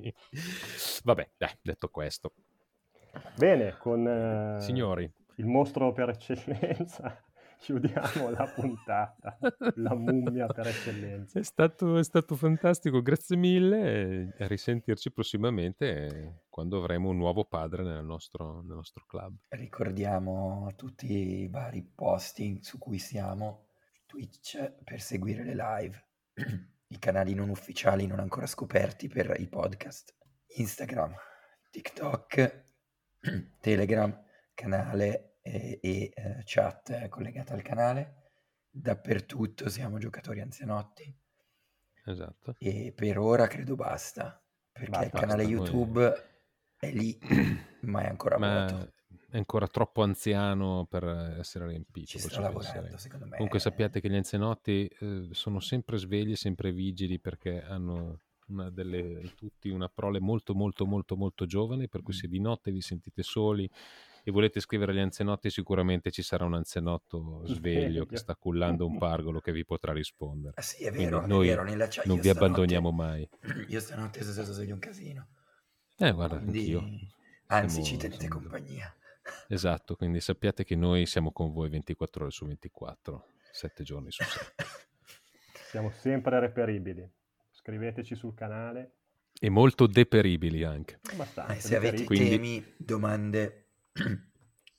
Vabbè, dai, detto questo. Bene, con eh, Signori, il mostro per eccellenza chiudiamo la puntata, la mummia per eccellenza. è stato, è stato fantastico, grazie mille e a risentirci prossimamente eh, quando avremo un nuovo padre nel nostro, nel nostro club. Ricordiamo tutti i vari posti su cui siamo, Twitch per seguire le live, i canali non ufficiali non ancora scoperti per i podcast, Instagram, TikTok, Telegram, canale e, e eh, chat collegata al canale. Dappertutto siamo Giocatori Anzianotti. Esatto. E per ora credo basta, perché Basta, il canale basta, YouTube noi... è lì, ma è ancora Ma vuoto. è ancora troppo anziano per essere riempito. Ci poi sta ci lavorando, penseremo. secondo me. Comunque sappiate che gli anzianotti eh, sono sempre svegli, sempre vigili, perché hanno una delle, tutti una prole molto molto molto molto giovane, per cui se di notte vi sentite soli e volete scrivere agli anzianotti, sicuramente ci sarà un anzianotto sveglio che Sveglio. sta cullando un pargolo che vi potrà rispondere. Ah sì, è Quindi vero, è noi vero, nella chat non io vi stanotte, abbandoniamo mai. io stanotte sono stato sveglio un casino. Eh, guarda, Quindi, anch'io. anzi, Siamo- ci tenete siamo- compagnia. Esatto, quindi sappiate che noi siamo con voi ventiquattro ore su ventiquattro, sette giorni su sette. Siamo sempre reperibili. Scriveteci sul canale. E molto deperibili anche. Abbastanza. Eh, se avete reperibili. Quindi- temi, domande,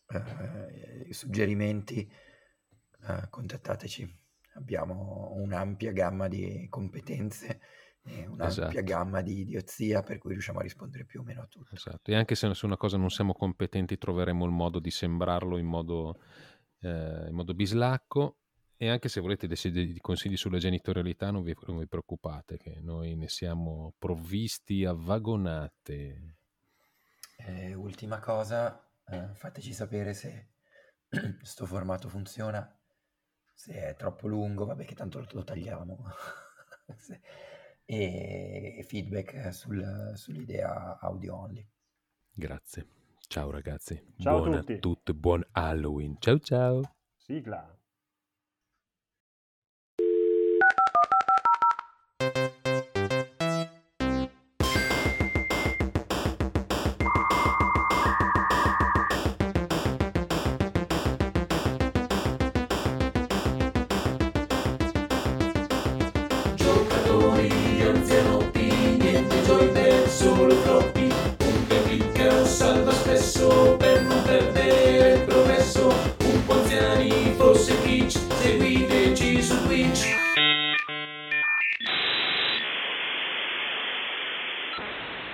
eh, suggerimenti, eh, contattateci. Abbiamo un'ampia gamma di competenze e un'ampia Esatto. gamma di idiozia, per cui riusciamo a rispondere più o meno a tutto. Esatto, e anche se su una cosa non siamo competenti troveremo il modo di sembrarlo in modo, eh, in modo bislacco, e anche se volete dei, dei consigli sulla genitorialità non vi, non vi preoccupate, che noi ne siamo provvisti a vagonate. Eh, ultima cosa, eh, fateci sapere se sto formato funziona, se è troppo lungo, vabbè che tanto lo, lo tagliamo, Se- e, e feedback sul- sull'idea audio only. Grazie. Ciao ragazzi. Ciao a Buona tutti. a tutti, buon Halloween. Ciao ciao. Sigla. Giocatori anzianotti, niente joypad, solo floppy. Un che clicca salva spesso per non perdere il progresso. Un po' anziani, forse glitch, seguiteci su Twitch.